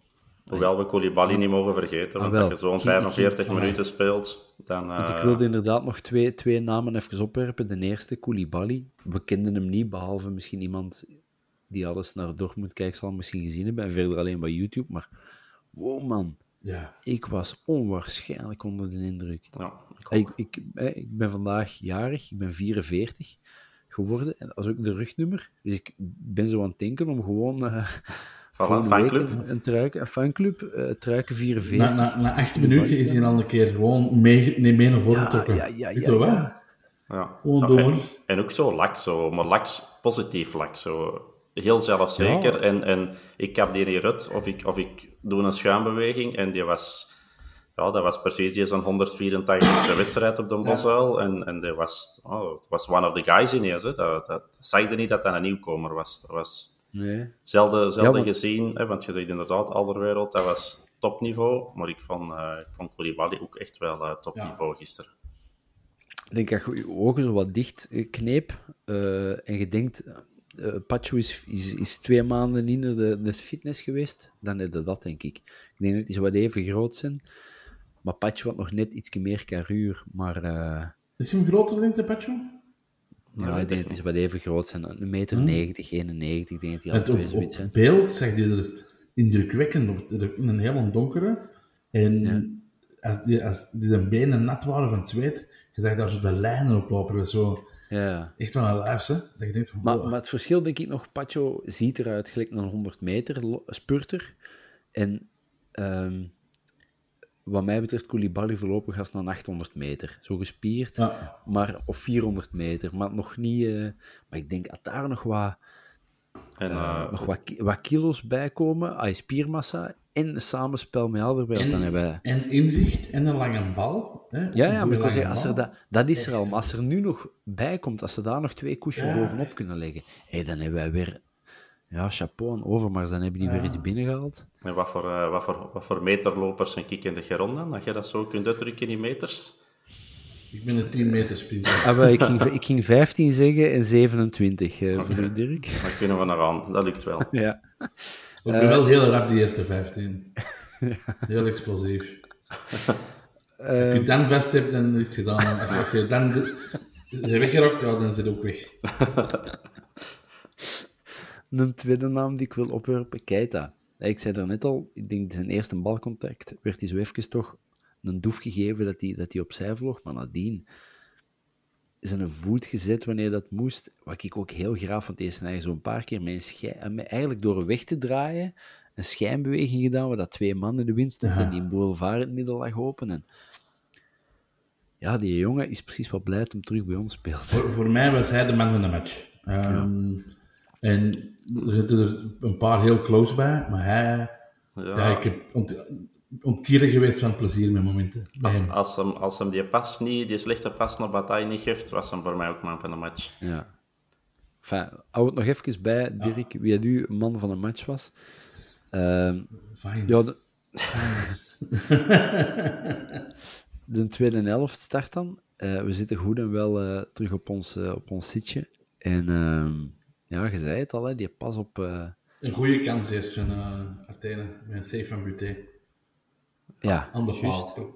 Hoewel we Koulibaly niet mogen vergeten, want als je zo'n 45 minuten speelt, dan... Want ik wilde inderdaad nog twee namen even opwerpen. De eerste, Koulibaly. We kenden hem niet, behalve misschien iemand die alles naar Dortmund kijkt, zal hem misschien gezien hebben, en verder alleen bij YouTube. Maar, wow man, ik was onwaarschijnlijk onder de indruk. Ja, ik ben vandaag jarig, ik ben 44 geworden, en dat is ook de rugnummer. Dus ik ben zo aan het denken om gewoon... fanclub. Een fanclub, truiken 44. Na 8 minuten is hij al een keer gewoon mee naar voren getrokken. Ja. Zo wel? Ja. Gewoon door. En ook zo laks, maar laks, positief laks. Zo. Heel zelfzeker. Ja. En ik heb die niet uit, of ik doe een schuimbeweging en die was... Ja, dat was precies die zo'n 184e wedstrijd op de Bosuil. En dat was, het was one of the guys ineens. Hè. Dat zei je niet dat dat een nieuwkomer was. Dat was... Nee. Zelden gezien, hè, want je zegt inderdaad, Alderweireld, dat was topniveau, maar ik vond Koulibaly ook echt wel topniveau gisteren. Ik denk dat je je ogen zo wat dicht kneep en je denkt, Pacho is 2 maanden niet naar de fitness geweest, dan heb je dat, denk ik. Ik denk dat die zo wat even groot zijn, maar Pacho had nog net iets meer carrure, maar... Is hij groter, denk je, Pacho? Ja, ik denk dat die wat even groot zijn. 1,90 meter, 91, ik denk dat die al twee zoiets zijn. Op beeld zag die er indrukwekkend in een heel donkere. En als die zijn benen nat waren van het zweet, je zag daar zo de lijnen oplopen. Zo. Ja. Echt wel een lijf, hè? Dat je denkt van, maar het verschil, denk ik nog, Pacho ziet eruit gelijk een 100 meter spurter. En wat mij betreft, Koulibaly voorlopig als naar 800 meter. Zo gespierd, of 400 meter. Maar nog niet... maar ik denk dat daar nog wat kilo's bij komen, spiermassa en samenspel met Alderweireld. Dan hebben en inzicht en een lange bal. Hè? Ja, maar ik wil zeggen, dat is er al. Maar als er nu nog bij komt, als ze daar nog 2 koesjes bovenop kunnen leggen, dan hebben wij weer... Ja, chapeau aan Overmars, dan hebben die weer iets binnengehaald. En wat voor meterlopers en ik in de grond dan? Dat je dat zo kunt uitdrukken in meters? Ik ben een 10 meter sprinter. Ik ging 15 zeggen en 27 voor u, Dirk. Dan kunnen we nog aan, dat lukt wel. Ja. Ik ben wel heel rap die eerste 15. Heel explosief. Als je dan vast hebt, dan is het gedaan. Als je dan weggerokt, dan zit het ook weg. Een tweede naam die ik wil opwerpen, Keita. Ik zei daarnet al, ik denk zijn eerste balcontact werd hij zo even toch een doef gegeven dat hij opzij vloog, maar nadien is een voet gezet wanneer dat moest, wat ik ook heel graag vond. Deze eigenlijk zo een paar keer eigenlijk door weg te draaien, een schijnbeweging gedaan, waar dat 2 man in de wind stond en die boulevard in het midden lag open. En ja, die jongen is precies wel blij dat hem terug bij ons speelt. Voor mij was hij de man van de match. En er zitten er een paar heel close bij, maar hij... Ja, ik heb ontkieren geweest van plezier met momenten. Als hem die slechte pas naar Bataille niet geeft, was hem voor mij ook man van de match. Ja. Enfin, hou het nog even bij, Dirk, wie u man van de match was. Fijn. De tweede helft start dan. We zitten goed en wel terug op ons zitje. En je zei het al, hè, die pas op... Een goede kans eerst van Athene, met een save van Buté. Ja, aan de juist. paal.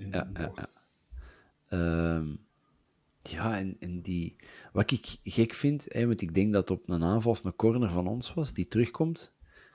En die... Wat ik gek vind, want ik denk dat op een aanval of een corner van ons was, die terugkomt.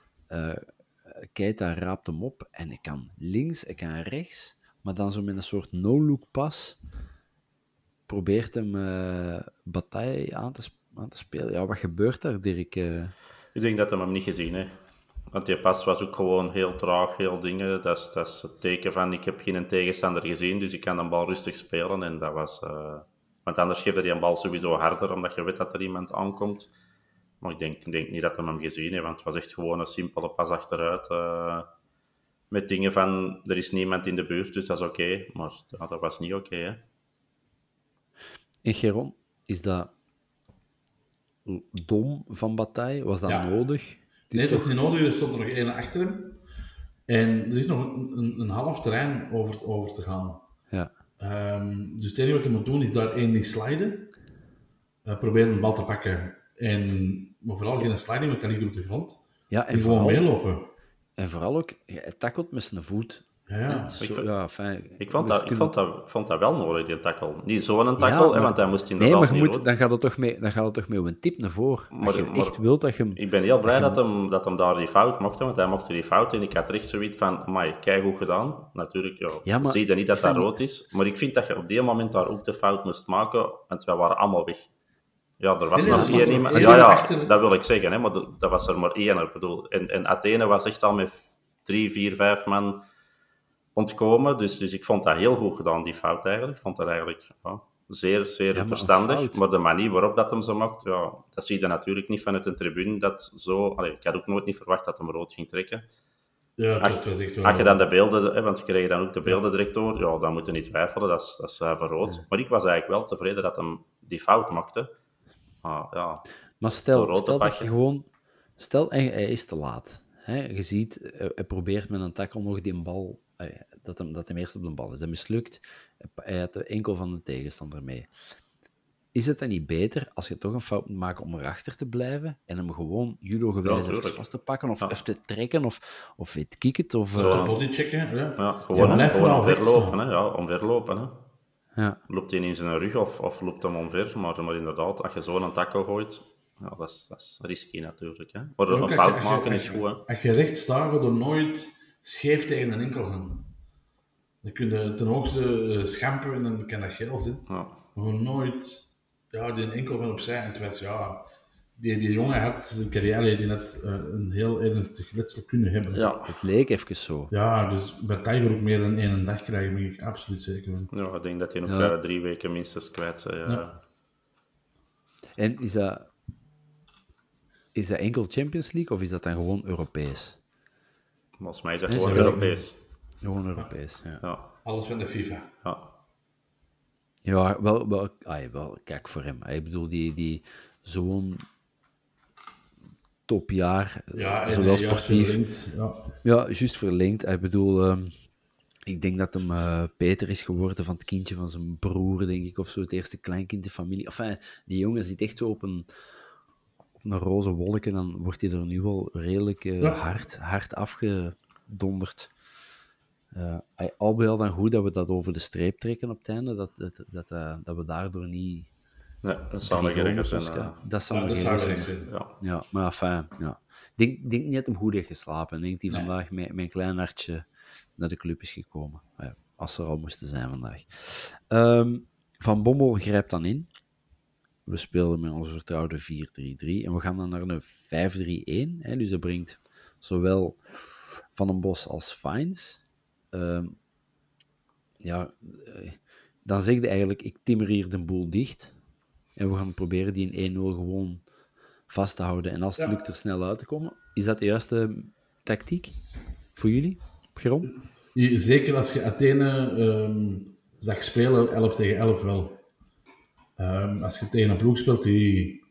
Keita raapt hem op en hij kan links, hij kan rechts, maar dan zo met een soort no-look pas probeert hem Bataille aan te spelen. Ja, wat gebeurt daar, Dirk? Ik denk dat hij hem niet gezien heeft. Want die pas was ook gewoon heel traag, heel dingen. Dat is het teken van, ik heb geen tegenstander gezien, dus ik kan een bal rustig spelen. En dat was... Want anders geeft hij een bal sowieso harder, omdat je weet dat er iemand aankomt. Maar ik denk niet dat hij hem gezien heeft, want het was echt gewoon een simpele pas achteruit. Met dingen van, er is niemand in de buurt, dus dat is oké. Maar dat was niet oké, hè. En Geron, is dat dom van Bataille? Was dat nodig? Nee, dat was niet nodig. Er stond er nog 1 achter hem. En er is nog een half terrein over te gaan. Ja. Dus het enige wat hij moet doen, is daar 1 niet sliden. Probeer een bal te pakken. Maar vooral geen sliding, want dat ligt op de grond. Ja, en gewoon meelopen. En vooral ook, hij tackelt met zijn voet. Ja. Ik vond dat wel nodig, die tackle. Niet zo'n tackle, want hij moest inderdaad maar niet dan gaat het toch mee op een tip naar voren. Als je echt wilt dat je hem... Ik ben heel blij dat hem daar die fout mocht, want hij mocht die fout en ik had echt zoiets van, amai, kijk goed gedaan. Natuurlijk, maar zie je niet dat dat rood is, maar ik vind dat je op die moment daar ook de fout moest maken, want wij waren allemaal weg. Ja, er was nog één iemand. Ja, dat wil ik zeggen, hè, maar dat was er maar één. Ik bedoel. En Athene was echt al met 3, 4, 5 man ontkomen, dus ik vond dat heel goed gedaan, die fout eigenlijk. Ik vond dat eigenlijk zeer, zeer verstandig. Maar de manier waarop dat hem zo maakt, dat zie je natuurlijk niet vanuit een tribune. Dat zo, ik had ook nooit niet verwacht dat hem rood ging trekken. Ja, dat was echt wel... Als je dan de beelden, want je kreeg dan ook de beelden direct door, dan moet je niet twijfelen, dat is zuiver rood. Ja. Maar ik was eigenlijk wel tevreden dat hem die fout maakte. Maar stel dat je gewoon... Stel, hij is te laat. Hè? Je ziet, hij probeert met een tackle nog die bal... Dat hem eerst op de bal is. Dat mislukt. Hij had de enkel van de tegenstander mee. Is het dan niet beter als je toch een fout moet maken om erachter te blijven en hem gewoon judo-gewijs vast te pakken of even te trekken of weet ik het? Of bodychecken, gewoon omverlopen. Omverlopen. Hè. Ja. Loopt hij in zijn rug of loopt hem omver? Maar inderdaad, als je zo een tackle gooit, dat is risky natuurlijk. Hè. Maar een fout maken is goed. Hè. Als je recht staat, dan nooit scheef tegen een enkel gaan. Dan kun je ten hoogste schampen en dan kan dat geel zijn. Ja. Maar gewoon nooit die enkel van opzij. En terwijl die jongen had zijn carrière die net een heel ernstig letsel kunnen hebben. Ja. Het leek even zo. Ja, dus bij Tiger ook meer dan 1 dag krijgen, ben ik absoluut zeker van. Ja, ik denk dat hij nog 3 weken minstens kwijt is. Ja. En is dat enkel Champions League of is dat dan gewoon Europees? Volgens mij is dat gewoon Europees. Gewoon Europees, ja. Alles van de FIFA. Ja, wel kijk voor hem. Ik bedoel, die zo'n topjaar, zowel sportief... Verlengd, juist verlengd. Ik bedoel, ik denk dat hem Peter is geworden van het kindje van zijn broer, denk ik, of zo, het eerste kleinkind in de familie. Enfin, die jongen zit echt zo op een roze wolk en dan wordt hij er nu wel redelijk hard afgedonderd. Al bij al dan goed dat we dat over de streep trekken op het einde, dat we daardoor niet... Nee, dat zou nog erger zijn. Dat zou nog erger zijn. Ja, maar enfin, Ik denk niet dat hem goed heeft geslapen. Ik denk dat hij vandaag met een klein hartje naar de club is gekomen. Als ze er al moesten zijn vandaag. Van Bommel grijpt dan in. We spelen met onze vertrouwde 4-3-3 en we gaan dan naar een 5-3-1. Dus dat brengt zowel Van den Bos als Fines. Dan zeg je eigenlijk, ik timmer hier de boel dicht en we gaan proberen die in 1-0 gewoon vast te houden. En als het lukt er snel uit te komen, is dat de juiste tactiek voor jullie, Geron? Zeker als je Athene zag spelen, 11 tegen 11 wel. Als je tegen een ploeg speelt die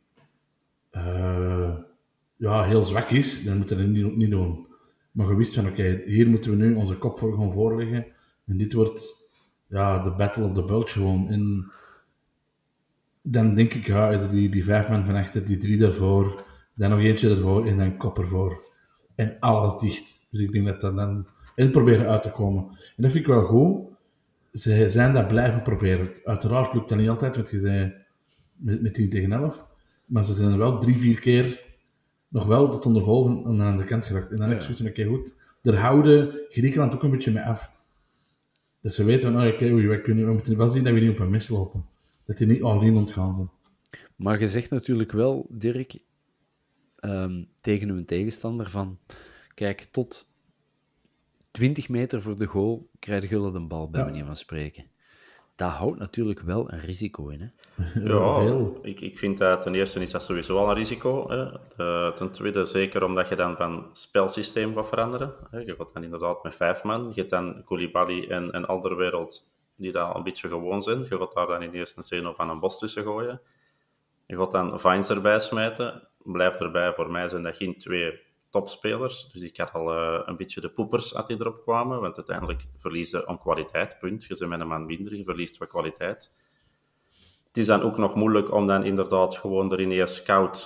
heel zwak is, dan moet je dat niet doen. Maar je wist van, oké, hier moeten we nu onze kop voor gaan voorleggen. En dit wordt de battle of the bulge gewoon. En dan denk ik, die 5 man van achter, die 3 daarvoor, dan nog eentje ervoor en dan kop ervoor. En alles dicht. Dus ik denk dat dan... En proberen uit te komen. En dat vind ik wel goed. Ze zijn dat blijven proberen. Uiteraard lukt dat niet altijd, want je zei met 10 tegen 11. Maar ze zijn er wel 3-4 keer nog wel tot onder goal aan de andere kant geraakt. En dan heb ik zoiets van, goed, daar houden Griekenland ook een beetje mee af. Dus ze weten van, we moeten wel zien dat we niet op een mis lopen. Dat die niet all-in ontgaan zijn. Maar je zegt natuurlijk wel, Dirk, tegen uw tegenstander van, kijk, tot 20 meter voor de goal krijg je de bal, bij manier van spreken. Dat houdt natuurlijk wel een risico in, hè? Ik vind dat ten eerste is dat sowieso al een risico. Hè. Ten tweede zeker omdat je dan van spelsysteem gaat veranderen. Je gaat dan inderdaad met 5 man. Je hebt dan Koulibaly en Alderweireld die daar een beetje gewoon zijn. Je gaat daar dan in eerste zin van een bos tussen gooien. Je gaat dan Vines erbij smijten. Blijft erbij, voor mij zijn dat geen 2 topspelers. Dus ik had al een beetje de poepers die erop kwamen. Want uiteindelijk verliezen om kwaliteit, punt. Je bent met een man minder, je verliest wat kwaliteit. Het is dan ook nog moeilijk om dan inderdaad gewoon er ineens koud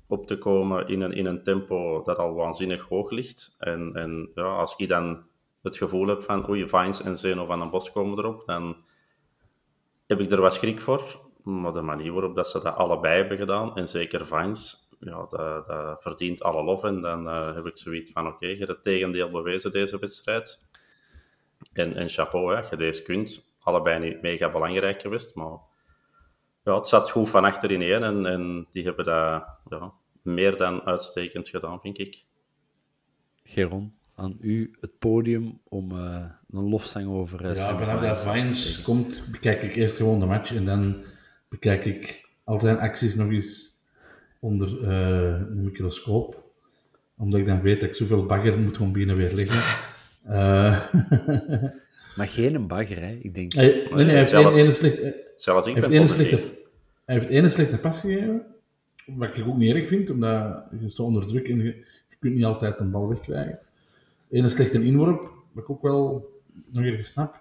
op te komen in een tempo dat al waanzinnig hoog ligt. En ja, als ik dan het gevoel heb van oei, Vines en Zeno van den Bos komen erop, dan heb ik er wat schrik voor. Maar de manier waarop dat ze dat allebei hebben gedaan, en zeker Vines, ja, dat verdient alle lof. En dan heb ik zoiets van oké, je hebt het tegendeel bewezen deze wedstrijd. En chapeau, hè, je deze kunt. Allebei niet mega belangrijk geweest, maar ja, het zat goed van achter in één. En die hebben dat meer dan uitstekend gedaan, vind ik. Geron, aan u het podium om een lofzang over Sam vanaf dat Vines Vines komt, bekijk ik eerst gewoon de match en dan bekijk ik al zijn acties nog eens onder de microscoop. Omdat ik dan weet dat ik zoveel bagger moet gewoon beginnen weerleggen. Maar geen bagger, hè? Ik denk... Nee, hij heeft één slechte pas gegeven. Wat ik ook niet erg vind, omdat je staat onder druk en je kunt niet altijd een bal wegkrijgen. Eén slechte inworp, wat ik ook wel nog ergens snap.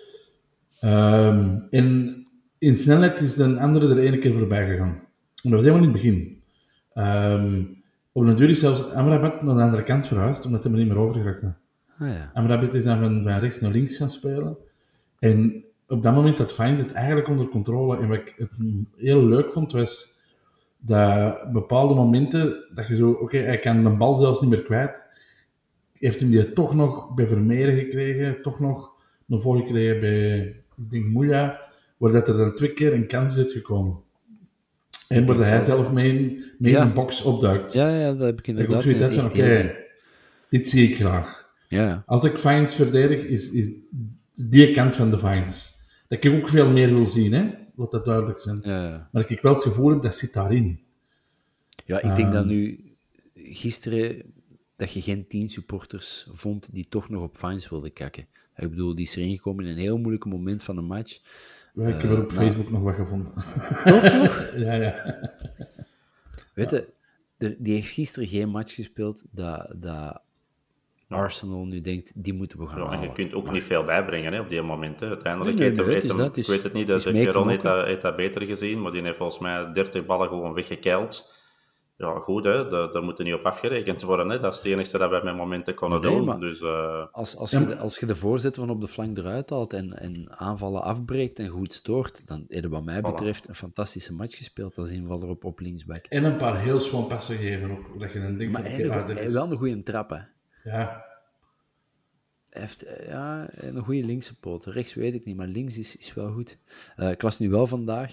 En in snelheid is de andere er één keer voorbij gegaan. En dat was helemaal in het begin. Op een duur is zelfs Amrabat naar de andere kant verhuisd, omdat hij er niet meer over geraakt had. Ja. Amrabat is dan van rechts naar links gaan spelen. En op dat moment had Vines het eigenlijk onder controle. En wat ik het heel leuk vond, was dat bepaalde momenten, dat je zo, hij kan de bal zelfs niet meer kwijt. Heeft hem die toch nog bij Vermeeren gekregen, toch nog naar voren gekregen bij, ik denk, Mouya, waar dat er dan 2 keer een kans is uitgekomen. En waar hij zelf mee in een box opduikt. Ja, dat heb ik inderdaad. Ik heb ook zoiets dit zie ik graag. Ja. Als ik Vines verdedig, is die kant van de Vines. Dat ik ook veel meer wil zien, hè? Laat dat duidelijk zijn. Ja. Maar dat ik wel het gevoel heb, dat zit daarin. Ja, ik denk dat nu gisteren dat je geen 10 supporters vond die toch nog op Vines wilden kakken. Ik bedoel, die is erin gekomen in een heel moeilijk moment van de match. Ik heb er op Facebook nog wat gevonden. Ja. Weet je, die heeft gisteren geen match gespeeld dat Arsenal nu denkt, die moeten we gaan halen. En je kunt ook niet veel bijbrengen hè, op die momenten. Uiteindelijk Nee, ik weet het niet, de Veron heeft dat beter gezien, maar die heeft volgens mij 30 ballen gewoon weggekeild. Ja, goed, hè, daar moet er niet op afgerekend worden. Hè. Dat is het enige dat wij met momenten konden doen. Maar dus, als je de voorzetten van op de flank eruit haalt en aanvallen afbreekt en goed stoort, dan heb je wat mij betreft een fantastische match gespeeld als invaller op linksback. En een paar heel schoon passen geven ook. Dat je dan denkt, maar hij heeft wel een goede trap, hè. Ja. Hij heeft een goede linkse poot. Rechts weet ik niet, maar links is wel goed. Ik las nu wel vandaag,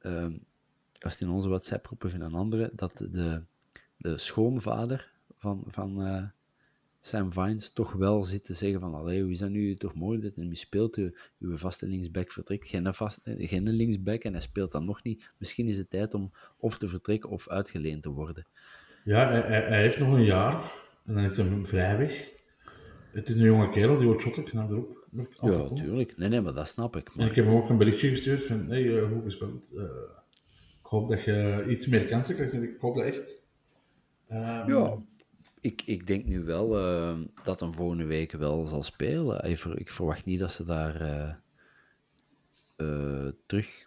als het in onze WhatsApp-groep of in een andere, dat de schoonvader van Sam Vines toch wel zit te zeggen van, allee, hoe is dat nu toch mogelijk dat hij speelt, uw vaste linksback vertrekt, geen linksback en hij speelt dan nog niet. Misschien is het tijd om of te vertrekken of uitgeleend te worden. Ja, hij heeft nog een jaar en dan is hij vrij weg. Het is een jonge kerel, die wordt shotten, ik snap er ook. Ja, tuurlijk. Nee, maar dat snap ik. Maar... En ik heb hem ook een berichtje gestuurd van, goed gespeeld. Ik hoop dat je iets meer kansen krijgt, ik hoop dat echt. Ja, ik denk nu wel dat hem volgende week wel zal spelen. Ik verwacht niet dat ze daar terug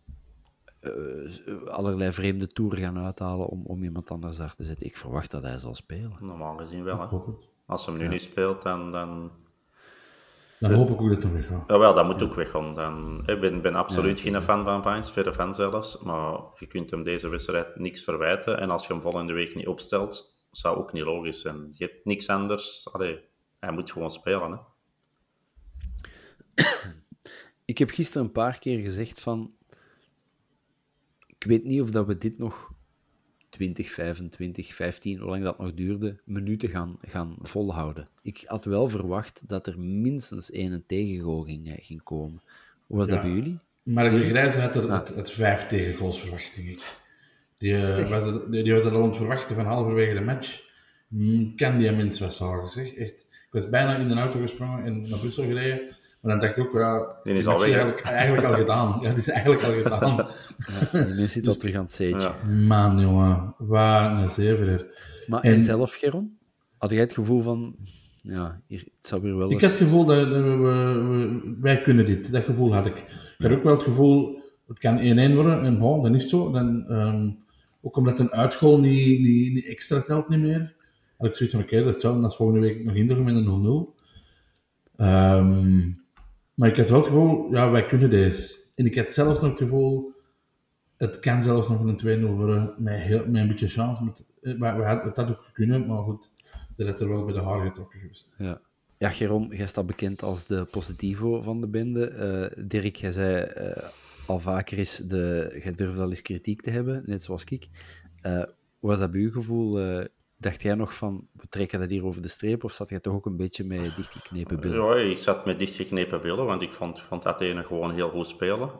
allerlei vreemde toeren gaan uithalen om iemand anders daar te zetten. Ik verwacht dat hij zal spelen. Normaal gezien wel, hè. Ik hoop het. Als hij nu niet speelt, dan hoop ik ook dat hij weggaat. Jawel, dat moet ook weggaan. Ik ben absoluut geen fan van Vines, verre fan zelfs. Maar je kunt hem deze wedstrijd niks verwijten. En als je hem volgende week niet opstelt, zou ook niet logisch zijn. Je hebt niks anders. Allee, hij moet gewoon spelen, hè. Ik heb gisteren een paar keer gezegd van... Ik weet niet of dat we dit nog 20, 25, 15, hoe lang dat nog duurde, minuten gaan volhouden. Ik had wel verwacht dat er minstens 1 tegengoal ging komen. Hoe was dat bij jullie? Maar de Grijze had het 5 tegengoals verwacht, denk ik. Die was er al aan het verwachten van halverwege de match. Kan die mens wat zagen, zeg. Echt. Ik was bijna in de auto gesprongen en naar Brussel gereden. Maar dan dacht ik ook, die is al weg. Eigenlijk al gedaan. Ja, die is eigenlijk al gedaan. Ja, die mens zit al terug aan het zeetje. Ja. Man, jongen. Wat een zeverer. Maar en zelf, Geron? Had jij het gevoel van... Ja, het zou weer wel eens... Ik had het gevoel dat wij kunnen dit. Dat gevoel had ik. Ik had ook wel het gevoel, het kan 1-1 worden. En bon, dan is het zo. Dan Ook omdat een uitgoal niet extra telt niet meer. Had ik zoiets van, oké, dat is hetzelfde als volgende week nog indogen met een 0-0. Maar ik had wel het gevoel, ja, wij kunnen deze. En ik had zelfs nog het gevoel, het kan zelfs nog een 2-0 worden, met een beetje chance. Het had ook kunnen, maar goed, dat had er wel bij de haar getrokken geweest. Ja, Geron, jij staat bekend als de positivo van de bende. Dirk, jij zei al vaker jij durft al eens kritiek te hebben, net zoals ik. Hoe was dat bij uw gevoel? Dacht jij nog van, we trekken dat hier over de streep, of zat jij toch ook een beetje met dichtgeknepen billen? Ja, ik zat met dichtgeknepen billen, want ik vond Athene gewoon heel goed spelen.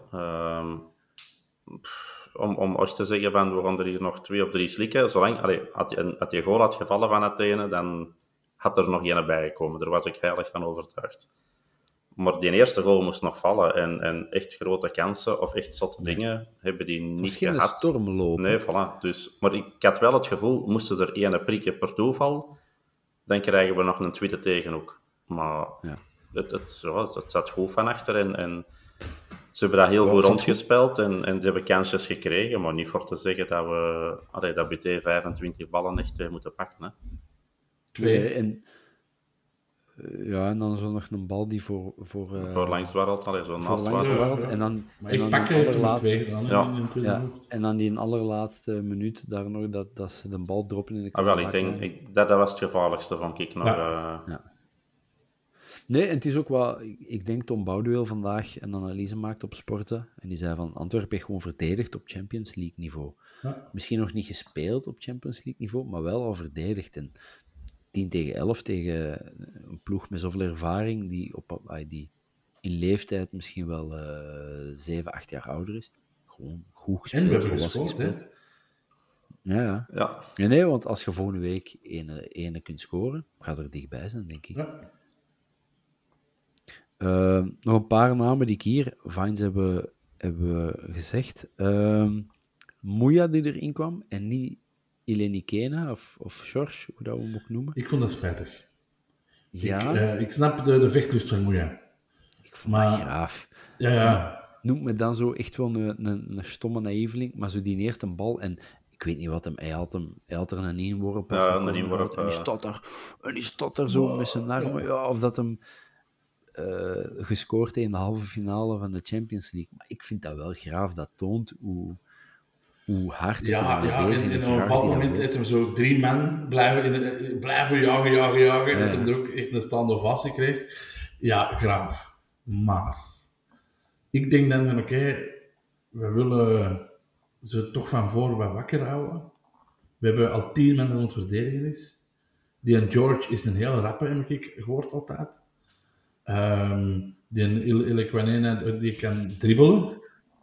Om echt te zeggen, van, we gaan er hier nog 2 of 3 slikken. Had die goal had gevallen van Athene, dan had er nog één bij gekomen. Daar was ik heilig van overtuigd. Maar die eerste goal moest nog vallen. En echt grote kansen of echt zotte dingen hebben die niet gehad. Geen storm lopen. Nee, voilà. Dus, maar ik had wel het gevoel, moesten ze er 1 prikken per toeval, dan krijgen we nog een tweede tegenhoek. Maar het zat goed van achter. En ze hebben dat heel goed rondgespeeld en ze hebben kansjes gekregen. Maar niet voor te zeggen dat BT 25 ballen echt moeten pakken. Hè. 2. En dan zo nog een bal die voor langs dwarrelt, zo naast langs dwarrelt. dwarrelt. En dan Ik pak er 2 gedaan. En dan die allerlaatste minuut daar nog, dat ze de bal droppen in de ik denk dat was het gevaarlijkste, vond ik nog. Nee, en het is ook wel... Ik denk Tom Boudeweel vandaag een analyse maakte op Sporten. En die zei van, Antwerpen heeft gewoon verdedigd op Champions League niveau. Ja. Misschien nog niet gespeeld op Champions League niveau, maar wel al verdedigd. En 10-11 tegen een ploeg met zoveel ervaring, die in leeftijd misschien wel 7-8 jaar ouder is. Gewoon goed gespeeld. En we hebben gescoord, hè? Ja. Nee, want als je volgende week ene kunt scoren, gaat er dichtbij zijn, denk ik. Ja. Nog een paar namen die ik hier, Vines hebben gezegd. Moeja die erin kwam en niet Eleni Kena of George, hoe dat we hem ook noemen. Ik vond dat spijtig. Ja. Ik snap de vechtlust van Moeja. Ik vond dat graaf. Ja. Noemt me dan zo echt wel een stomme naïveling, maar zo die eerste bal en ik weet niet wat hem... Hij had er een inworp. Een inworp. En die staat daar zo met zijn armen. Ja, of dat hem gescoord heeft in de halve finale van de Champions League. Maar ik vind dat wel graaf. Dat toont hoe hard het er bezig is. En op een bepaald moment heeft hem zo 3 man blijven jagen. En dat hem er ook echt een staande ovatie kreeg. Ja, graaf. Maar ik denk dan van oké, we willen ze toch van voor wat wakker houden. We hebben al 10 man aan het verdedigen is. Die en George is een heel rappe, heb ik gehoord altijd. Die Ilekwanena, die kan dribbelen.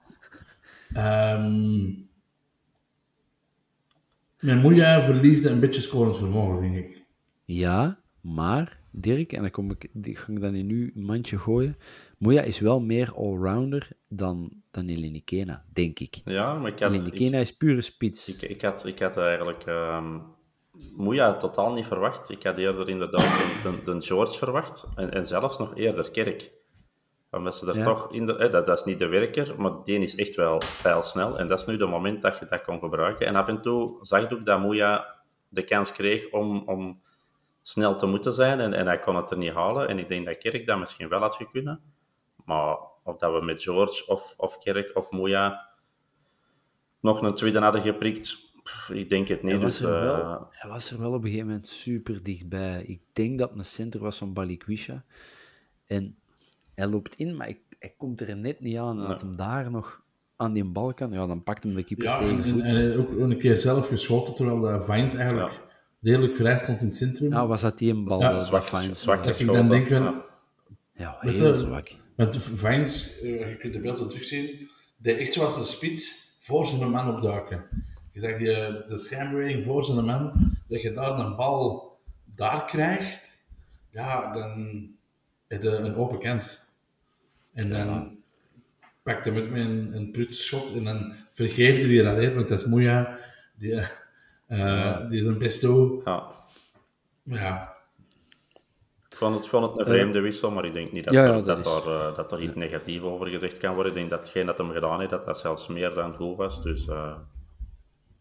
Mijn Moeja verliest een beetje scorend vermogen, vind ik. Ja, maar Dirk, en dan ga ik dan in nu een mandje gooien. Moeja is wel meer allrounder dan Eleni Kena, denk ik. Ja, maar Eleni Kena is pure spits. Ik had eigenlijk Moeja totaal niet verwacht. Ik had eerder inderdaad de George verwacht. En zelfs nog eerder Kerk. Omdat ze er toch dat is niet de werker, maar die is echt wel pijlsnel. En dat is nu het moment dat je dat kon gebruiken. En af en toe zag ik ook dat Moeja de kans kreeg om snel te moeten zijn. En hij kon het er niet halen. En ik denk dat Kerk dat misschien wel had gekund. Maar of dat we met George of Kerk of Moeja nog een tweede hadden geprikt, ik denk het niet. Hij was er wel op een gegeven moment super dichtbij. Ik denk dat het een center was van Balikwisha. En hij loopt in, maar hij komt er net niet aan. En dat hem daar nog aan die bal kan, dan pakt hem de keeper tegen voet. En ook een keer zelf geschoten, terwijl de Vines eigenlijk redelijk vrij stond in het centrum. Nou, was dat die een bal? Ja, zwak dat ik dan denk van... Ja, heel zwak. Met Vines, je kunt de beelden terugzien, deed echt zoals een spits voor zijn man opduiken. Je zag de schijnbeweging voor zijn man, dat je daar een bal daar krijgt, ja, dan heb je een open kans. En dan pakt hem ook met een prutschot en dan vergeeft hij dat even, want dat is Moeja, die is een pesto. Ja. Ik vond het een vreemde wissel, maar ik denk niet dat er iets negatief over gezegd kan worden. Ik denk dat hetgeen dat hem gedaan heeft, dat zelfs meer dan goed was. Dus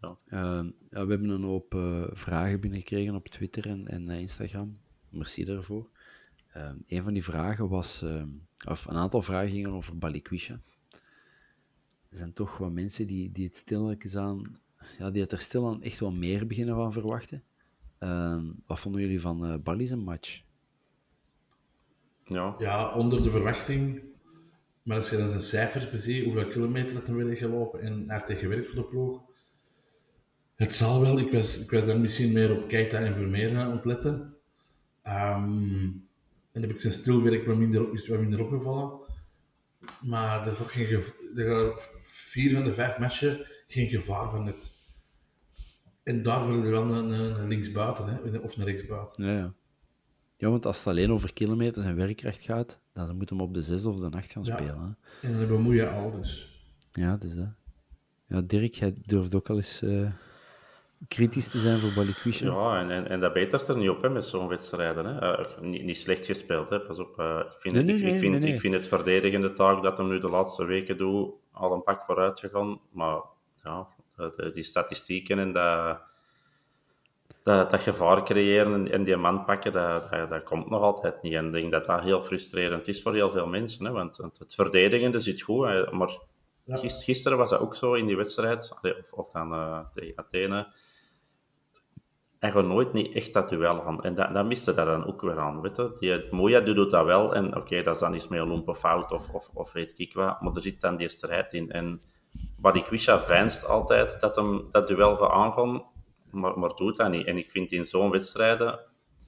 We hebben een hoop vragen binnengekregen op Twitter en Instagram. Merci daarvoor. Een van die vragen was... of een aantal vragen gingen over Balikwisha. Er zijn toch wat mensen die het stilletjes aan... Ja, die het er stil aan echt wel meer beginnen van verwachten. Wat vonden jullie van Bali zijn match? Ja, onder de verwachting. Maar als je dan zijn cijfers beziet, hoeveel kilometer het hem weer heeft gelopen en hij heeft gewerkt voor de ploeg. Het zal wel. Ik was dan misschien meer op Keita en Vermeer aan het letten. En heb ik zijn stilwerk wat minder opgevallen. Maar er gaat 4 van de 5 matchen geen gevaar van net. En daarvoor is er wel een linksbuiten, hè, of een rechtsbuiten. Ja. Ja, want als het alleen over kilometers en werkkracht gaat, dan moet hem op de 6 of de 8 gaan spelen. Hè? En dan bemoei je al dus. Ja, dat is dat. Ja, Dirk, jij durft ook al eens kritisch te zijn voor Balikwisha. Ja, en dat betert er niet op, hè, met zo'n wedstrijden. Hè. Niet slecht gespeeld, hè. Pas op. Ik vind het verdedigende taak dat hem nu de laatste weken doet, al een pak vooruit gegaan. Maar ja, die statistieken en dat gevaar creëren en die man pakken, dat komt nog altijd niet. En ik denk dat dat heel frustrerend is voor heel veel mensen. Hè, want het verdedigende zit goed, hè, maar gisteren was dat ook zo in die wedstrijd, of dan tegen Athene. Hij gaat nooit niet echt dat duel aan. En dat miste dat dan ook weer aan. Weet je? Moya doet dat wel. En oké, dat is dan iets meer een lompe fout of weet ik wat. Maar er zit dan die strijd in. En Balikwisha veinst altijd dat hem dat duel gaat aangaan. Maar doet dat niet. En ik vind in zo'n wedstrijden...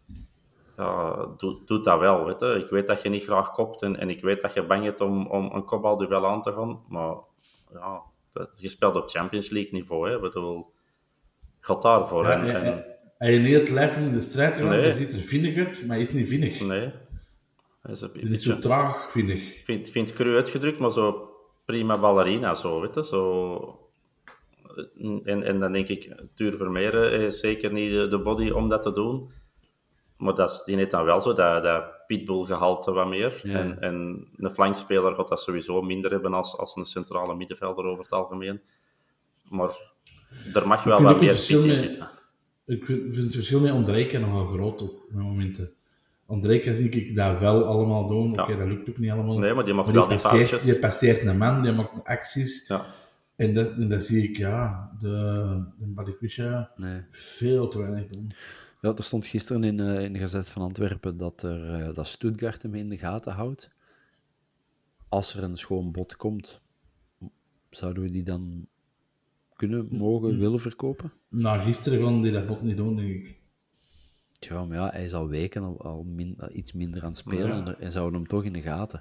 doet dat wel. Weet je? Ik weet dat je niet graag kopt. En ik weet dat je bang hebt om een kopbalduel aan te gaan. Maar ja, je speelt op Champions League niveau. Hè? Ik bedoel, gaat daarvoor. Ja, hij heeft niet het lijf in de strijd te gaan. Hij ziet er vinnig uit, maar hij is niet vinnig. Nee. Hij is zo traag, vinnig. Ik vind het cru uitgedrukt, maar zo prima ballerina, zo, weet je. Zo... En dan denk ik, Tuur Vermeer is zeker niet de body om dat te doen. Maar die heeft dan wel zo dat pitbull-gehalte wat meer. Ja. En een flankspeler gaat dat sowieso minder hebben als een centrale middenvelder over het algemeen. Maar er mag wel wat meer speed in zitten. Ik vind het verschil met Ondrejka nogal groot op momenten. Ondrejka zie ik dat wel allemaal doen. Oké, dat lukt ook niet allemaal. Nee, maar die mag wel die foutjes. Die passeert een man, die maakt acties. Ja. En dat zie ik, de Balikwisha veel te weinig doen. Ja, er stond gisteren in de Gazet van Antwerpen dat Stuttgart hem in de gaten houdt. Als er een schoon bod komt, zouden we die dan mogen, willen verkopen? Nou, gisteren gaan die dat bod niet doen, denk ik. Tja, maar ja, hij is al weken al iets minder aan het spelen en zouden hem toch in de gaten.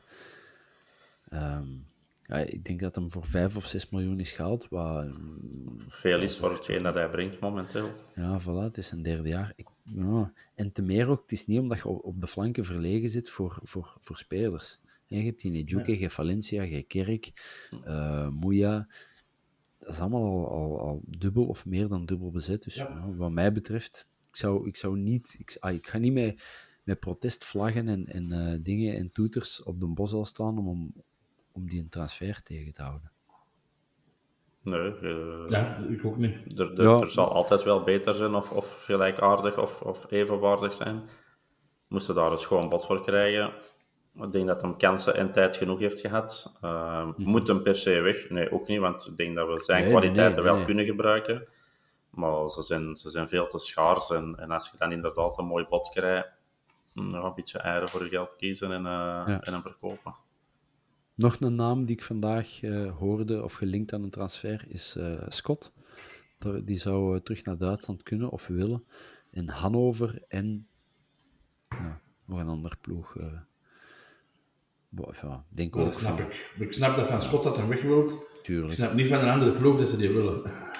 Ik denk dat hem voor 5 of 6 miljoen is gehaald. Veel is voor hetgeen dat hij brengt momenteel. Ja, voilà, het is zijn 3e jaar. En te meer ook, het is niet omdat je op de flanken verlegen zit voor spelers. Je hebt die Nejuke, je hebt Valencia, je hebt Kerk, Moya. Dat is allemaal al dubbel of meer dan dubbel bezet. Dus wat mij betreft, ik ga niet met protestvlaggen en dingen en toeters op de bos al staan om die een transfer tegen te houden. Nee. Ik ook niet. Er zal altijd wel beter zijn of gelijkaardig of evenwaardig zijn. Moesten daar een schoon bod voor krijgen. Ik denk dat hem kansen en tijd genoeg heeft gehad. Moet hem per se weg? Nee, ook niet, want ik denk dat we zijn kwaliteiten wel kunnen gebruiken. Maar ze zijn veel te schaars. En als je dan inderdaad een mooi bod krijgt, een beetje eieren voor je geld kiezen en hem verkopen. Nog een naam die ik vandaag hoorde, of gelinkt aan een transfer, is Scott. Die zou terug naar Duitsland kunnen of willen. In Hannover en nog een ander ploeg. Denk ook dat snap ik. Ik snap dat van Scott dat hij weg wilt. Tuurlijk. Ik snap niet van een andere ploeg dat ze die willen.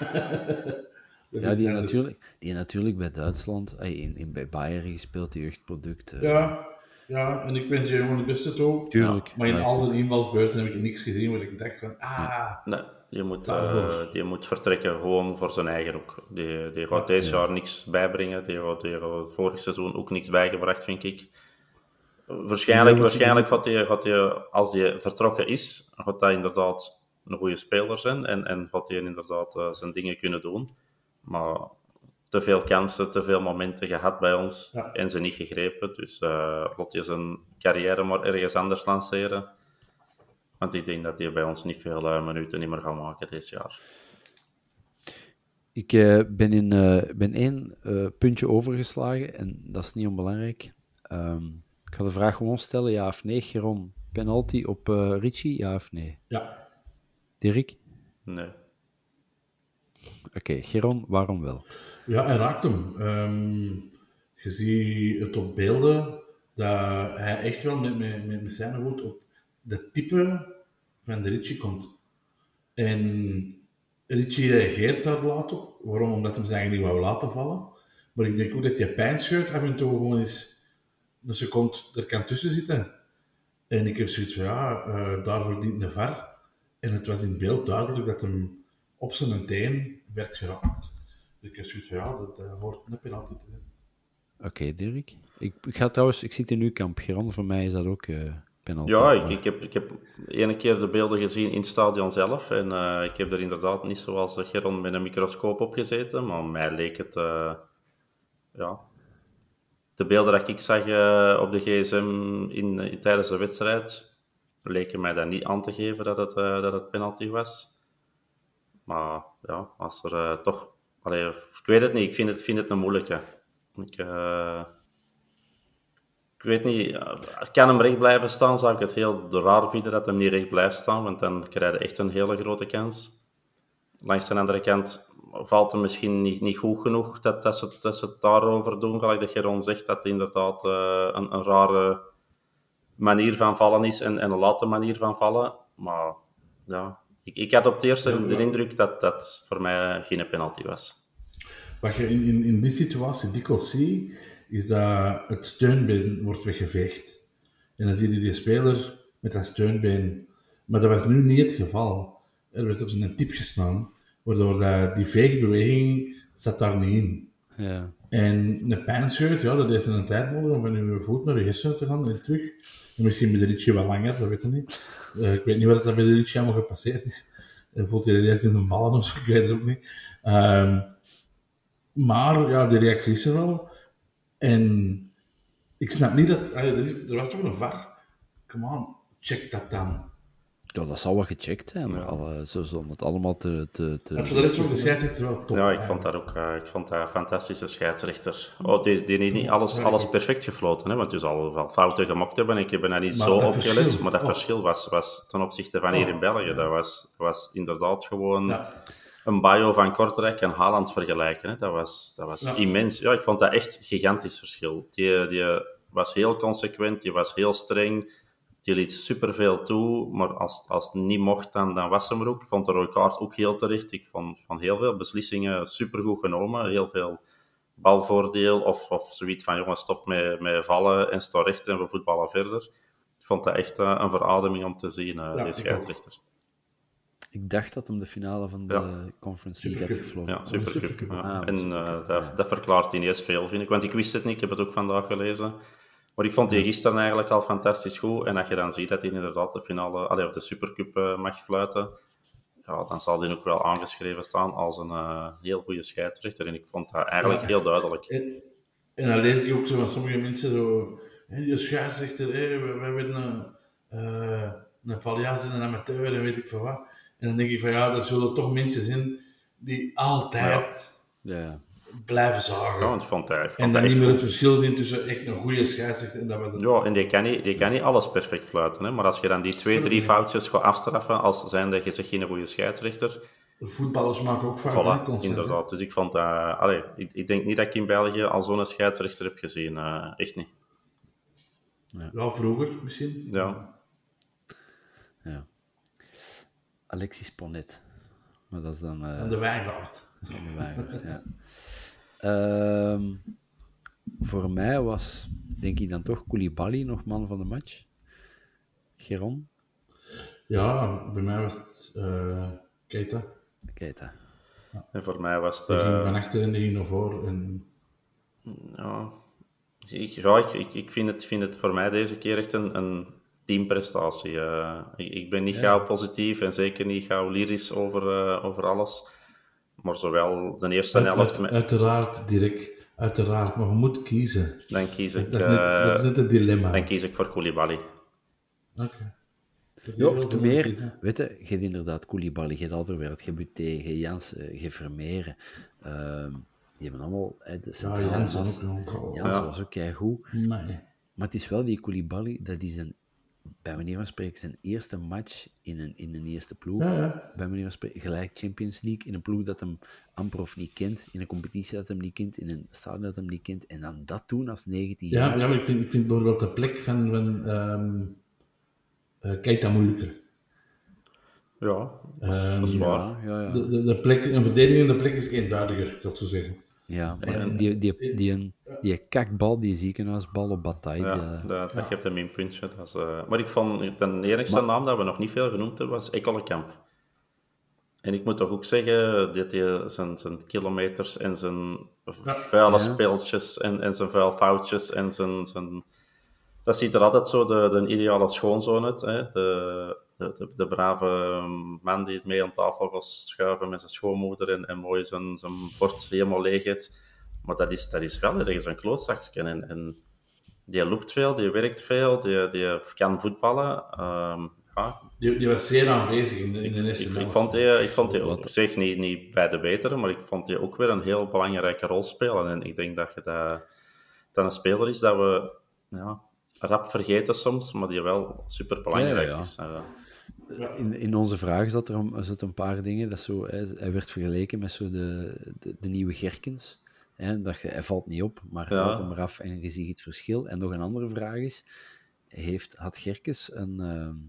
Die natuurlijk bij Duitsland, bij Bayern gespeeld, die jeugdproduct. Ja, en ik wens je gewoon het beste toe. Tuurlijk. Maar in al zijn invalsbeurten heb ik niks gezien waar ik dacht van, Nee, die moet vertrekken gewoon voor zijn eigen ook. Die gaat deze jaar niks bijbrengen. Die gaat vorig seizoen ook niks bijgebracht, vind ik. Waarschijnlijk gaat hij, als hij vertrokken is, gaat hij inderdaad een goede speler zijn en gaat hij inderdaad zijn dingen kunnen doen. Maar te veel kansen, te veel momenten gehad bij ons Ja. en ze niet gegrepen. Dus laat je zijn carrière maar ergens anders lanceren. Want ik denk dat hij bij ons niet veel minuten niet meer gaat maken dit jaar. Ik ben één puntje overgeslagen en dat is niet onbelangrijk. Ik ga de vraag gewoon stellen, ja of nee. Geron, penalty op Richie, ja of nee? Ja. Dirk? Nee. Oké, Geron, waarom wel? Ja, hij raakt hem. Je ziet het op beelden dat hij echt wel met zijn voet op de type van de Richie komt. En Richie reageert daar laat op. Waarom? Omdat hij ze eigenlijk niet wou laten vallen. Maar ik denk ook dat je pijnscheut af en toe gewoon eens een seconde er kan tussen zitten. En ik heb zoiets van, daar verdient een VAR. En het was in beeld duidelijk dat hem op zijn teen werd geraakt. Dus ik heb zoiets van, dat hoort een penalty te zijn. Oké, Dirk. Ik zit in uw kamp. Geron, voor mij is dat ook penalty. Ja, ik heb ene keer de beelden gezien in het stadion zelf. En ik heb er inderdaad niet zoals Geron met een microscoop op gezeten. Maar mij leek het... De beelden dat ik zag op de gsm tijdens de wedstrijd... leken mij dat niet aan te geven dat het penalty was. Maar ja, als er toch... Allee, ik weet het niet. Ik vind het een moeilijke. Ik weet niet, kan hem recht blijven staan, zou ik het heel raar vinden dat hem niet recht blijft staan, want dan krijg je echt een hele grote kans. Langs de andere kant valt hem misschien niet goed genoeg dat ze het daarover doen, gelijk dat Geron zegt, dat het inderdaad een rare manier van vallen is en een late manier van vallen. Maar ja, ik had op het eerste de indruk dat dat voor mij geen penalty was. Wat je in die situatie dikwijls ziet, is dat het steunbeen wordt weggeveegd. En dan zie je die speler met dat steunbeen. Maar dat was nu niet het geval. Er werd op zijn tip gestaan, waardoor die veegbeweging zat daar niet in. Ja. En een pijnscheut, dat heeft een tijd nodig om van je voet naar je hersenen te gaan en terug. En misschien bij de Richie wat langer, dat weet ik niet. Ik weet niet wat dat bij de Richie allemaal gepasseerd is. Voelt hij eerst in zijn ballen of zo, ik weet het ook niet. Maar ja, de reactie is er wel. En ik snap niet dat... Er was toch een VAR? Come on, check dat dan. Ja, dat zal wel gecheckt zijn. Zo om het allemaal te... En voor de rest van de scheidsrechter wel top. Ja, ik vond dat ook ik vond dat een fantastische scheidsrechter. Die heeft niet alles perfect gefloten, hè, want je zal wel fouten gemaakt hebben. Ik heb er niet zo opgelet, maar dat verschil was ten opzichte van hier in België. Dat was inderdaad gewoon... Ja. Een Bayo van Kortrijk en Haaland vergelijken. Hè. Dat was immens. Ja, ik vond dat echt een gigantisch verschil. Die was heel consequent, die was heel streng, die liet superveel toe, maar als het niet mocht, dan was hem er ook. Ik vond de rode kaart ook heel terecht. Ik vond van heel veel beslissingen supergoed genomen, heel veel balvoordeel of zoiets van, jongens, stop met vallen en sta recht en we voetballen verder. Ik vond dat echt een verademing om te zien, deze scheidsrechter. Ik dacht dat hem de finale van de Conference League had gefloten. Ja, Supercup. En dat verklaart ineens veel, vind ik. Want ik wist het niet, ik heb het ook vandaag gelezen. Maar ik vond die gisteren eigenlijk al fantastisch goed. En als je dan ziet dat hij inderdaad de finale, of de Supercup mag fluiten, ja, dan zal hij ook wel aangeschreven staan als een heel goede scheidsrechter. En ik vond dat eigenlijk heel duidelijk. En dan lees ik ook zo van sommige mensen zo... Die scheidsrechter, we hebben een paljas en een amateur en weet ik veel wat. En dan denk ik van er zullen toch mensen zijn die altijd blijven zagen. Ja, vond en dan niet meer het verschil zien tussen echt een goede scheidsrechter en dat was het. Ja, en die kan niet alles perfect fluiten. Hè? Maar als je dan die 2-3 foutjes gaat afstraffen als zijnde je zegt geen goede scheidsrechter... De voetballers maken ook fouten. Voilà, inderdaad. Dus ik vond dat... ik denk niet dat ik in België al zo'n scheidsrechter heb gezien. Echt niet. Ja, vroeger misschien. Ja. Alexis Ponet. Maar dat is dan... Aan de Wijngaard. Ja. Voor mij was, denk ik dan toch, Koulibaly nog man van de match. Geron? Ja, bij mij was het Keita. Ja. En voor mij was het... Die ging van achter en die ging naar voor. En... Ik vind het voor mij deze keer echt een teamprestatie. Ik ben niet gauw positief en zeker niet gauw lyrisch over alles. Maar zowel de eerste helft... Uiteraard, Dirk. Uiteraard, maar je moet kiezen. Dan kies ik... Dat is net het dilemma. Dan kies ik voor Koulibaly. Oké. Ja, of te meer. Weet je, je hebt inderdaad Koulibaly, je hebt Alderweireld, je hebt Buté, je hebt Jans, je hebt Vermeeren. Die hebben allemaal... Jans was ook keigoed. Nee. Maar het is wel die Koulibaly, dat is bij manier van spreken zijn eerste match in een eerste ploeg. Ja. Bij manier van spreken, gelijk Champions League, in een ploeg dat hem amper of niet kent, in een competitie dat hem niet kent, in een stadion dat hem niet kent, en dan dat doen als 19 jaar. Ja, maar ik vind bijvoorbeeld de plek van Keita moeilijker. Ja, dat is waar. Ja. De plek, een verdedigende plek is eenduidiger, ik dat zo zeggen. Ja, maar die kakbal, die ziekenhuisbal op Bataille. Dat geeft een minpuntje. Maar ik vond de enigste naam dat we nog niet veel genoemd hebben, was Ekkelenkamp. En ik moet toch ook zeggen dat hij zijn kilometers en zijn vuile speeltjes en zijn vuil foutjes en zijn... Dat ziet er altijd zo de ideale schoonzoon uit. Hè? De brave man die het mee aan tafel gaat schuiven met zijn schoonmoeder en mooi zijn bord helemaal leeg heeft. Maar dat is wel ergens een klootzakje. En die loopt veel, die werkt veel, die kan voetballen. Die was zeer aanwezig in de eerste helft. Ik vond die op zich niet bij de betere, maar ik vond die ook weer een heel belangrijke rol spelen. En ik denk dat dat een speler is dat we rap vergeten soms, maar die wel super belangrijk is. In onze vraag zat er een paar dingen. Dat zo, hij werd vergeleken met zo de nieuwe Gerkens. Hij valt niet op, maar hij haalt hem eraf en je ziet het verschil. En nog een andere vraag is, had Gerkens een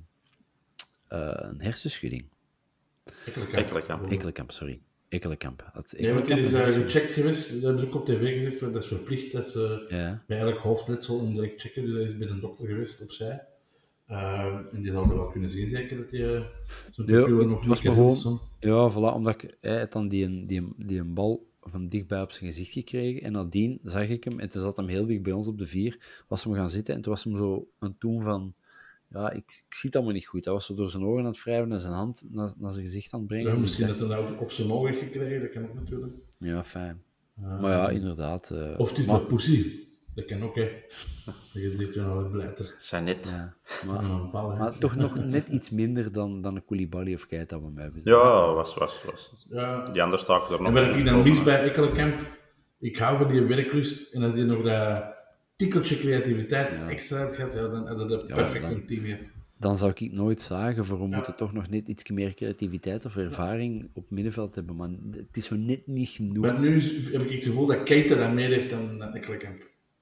hersenschudding? Ekkelenkamp, sorry. Ekkelenkamp. Ja, want die is gecheckt geweest, dat hebben ze ook op tv gezegd, dat is verplicht dat ze bij elk hoofdletsel hem direct checken, dus hij is bij een dokter geweest opzij. En die hadden wel kunnen zien, zeker, dat hij zo'n pupil nog niet gewoon. Ja, voilà, omdat hij had dan die een bal van dichtbij op zijn gezicht gekregen, en nadien zag ik hem, en toen zat hem heel dicht bij ons op de 4, was hem gaan zitten, en toen was hem zo een toon van... Ja, ik zie het allemaal niet goed. Hij was zo door zijn ogen aan het wrijven en zijn hand naar zijn gezicht aan het brengen. Ja, misschien dat hij nou op zijn ogen heeft gekregen, dat kan ook natuurlijk. Ja, fijn. Maar ja, inderdaad. Of het is een poesie. Dat kan ook, hè. Je zit er al een blijter. Jeannette. Ja, maar toch nog net iets minder dan een Koulibaly of Keita dat we mij hebben. Ja, was. Ja. Die andere staken er nog. En wat ik dan mis bij Ekkelenkamp, ik hou van die werklust, en als je nog dat tikkeltje creativiteit extra uit gaat, dan had je perfect een team hebt. Dan zou ik nooit zagen voor we moeten toch nog net iets meer creativiteit of ervaring op middenveld hebben, maar het is zo net niet genoeg. Maar nu heb ik het gevoel dat Keita dat meer heeft dan Ekkelenkamp.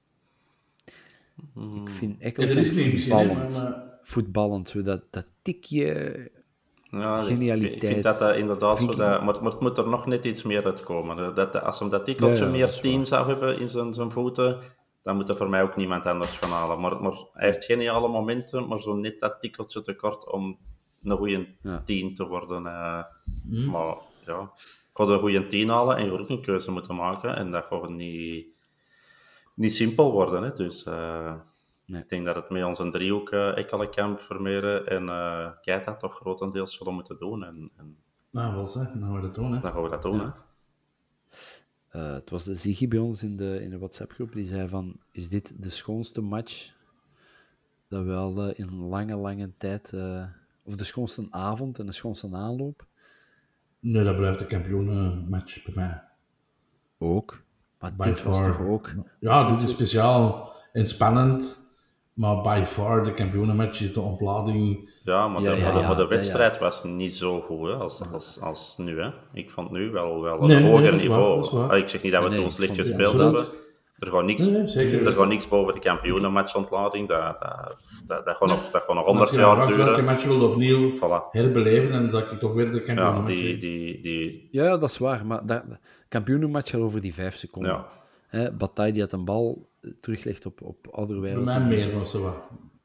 Ik vind Ekkelenkamp voetballend, zo dat tikje... Ja, genialiteit. Ik vind dat inderdaad zo, maar het moet er nog net iets meer uitkomen. Als hem dat tikkeltje meer 10 zou hebben in zijn voeten, dan moet er voor mij ook niemand anders gaan halen. Maar hij heeft geniale momenten, maar zo net dat tikkeltje tekort om een goede 10 te worden. Maar ja, ik ga een goede 10 halen en je gaat ook een keuze moeten maken. En dat gaat niet simpel worden. Hè. Dus ik denk dat het met onze driehoek Ekkelenkamp, Vermeeren en Keita toch grotendeels zullen moeten doen. Nou, wel zo. Dan gaan we dat doen. Hè. Dan gaan we dat doen, hè. Het was de Ziggy bij ons in de WhatsApp-groep, die zei van, is dit de schoonste match dat we al in een lange tijd... of de schoonste avond en de schoonste aanloop? Nee, dat blijft de kampioenenmatch bij mij. Ook. Maar dit was toch ook... Ja, dit is speciaal en spannend. Maar by far, de kampioenenmatch is de ontlading. Ja, maar de wedstrijd was niet zo goed, hè, als nu. Hè. Ik vond nu wel een hoger niveau. Ik zeg niet dat we toen slecht gespeeld hebben. Er gaat niks boven de kampioenenmatchontlading. Dat gaat nog 100 jaar duren. Welke match wil je opnieuw herbeleven, dan zal ik toch weer de kampioenenmatch. Ja, dat is waar. Maar de kampioenenmatch gaat over die 5 seconden. Ja. Bataille die had een bal teruglegt op Alderweireld. Bij mij meer was zo wat.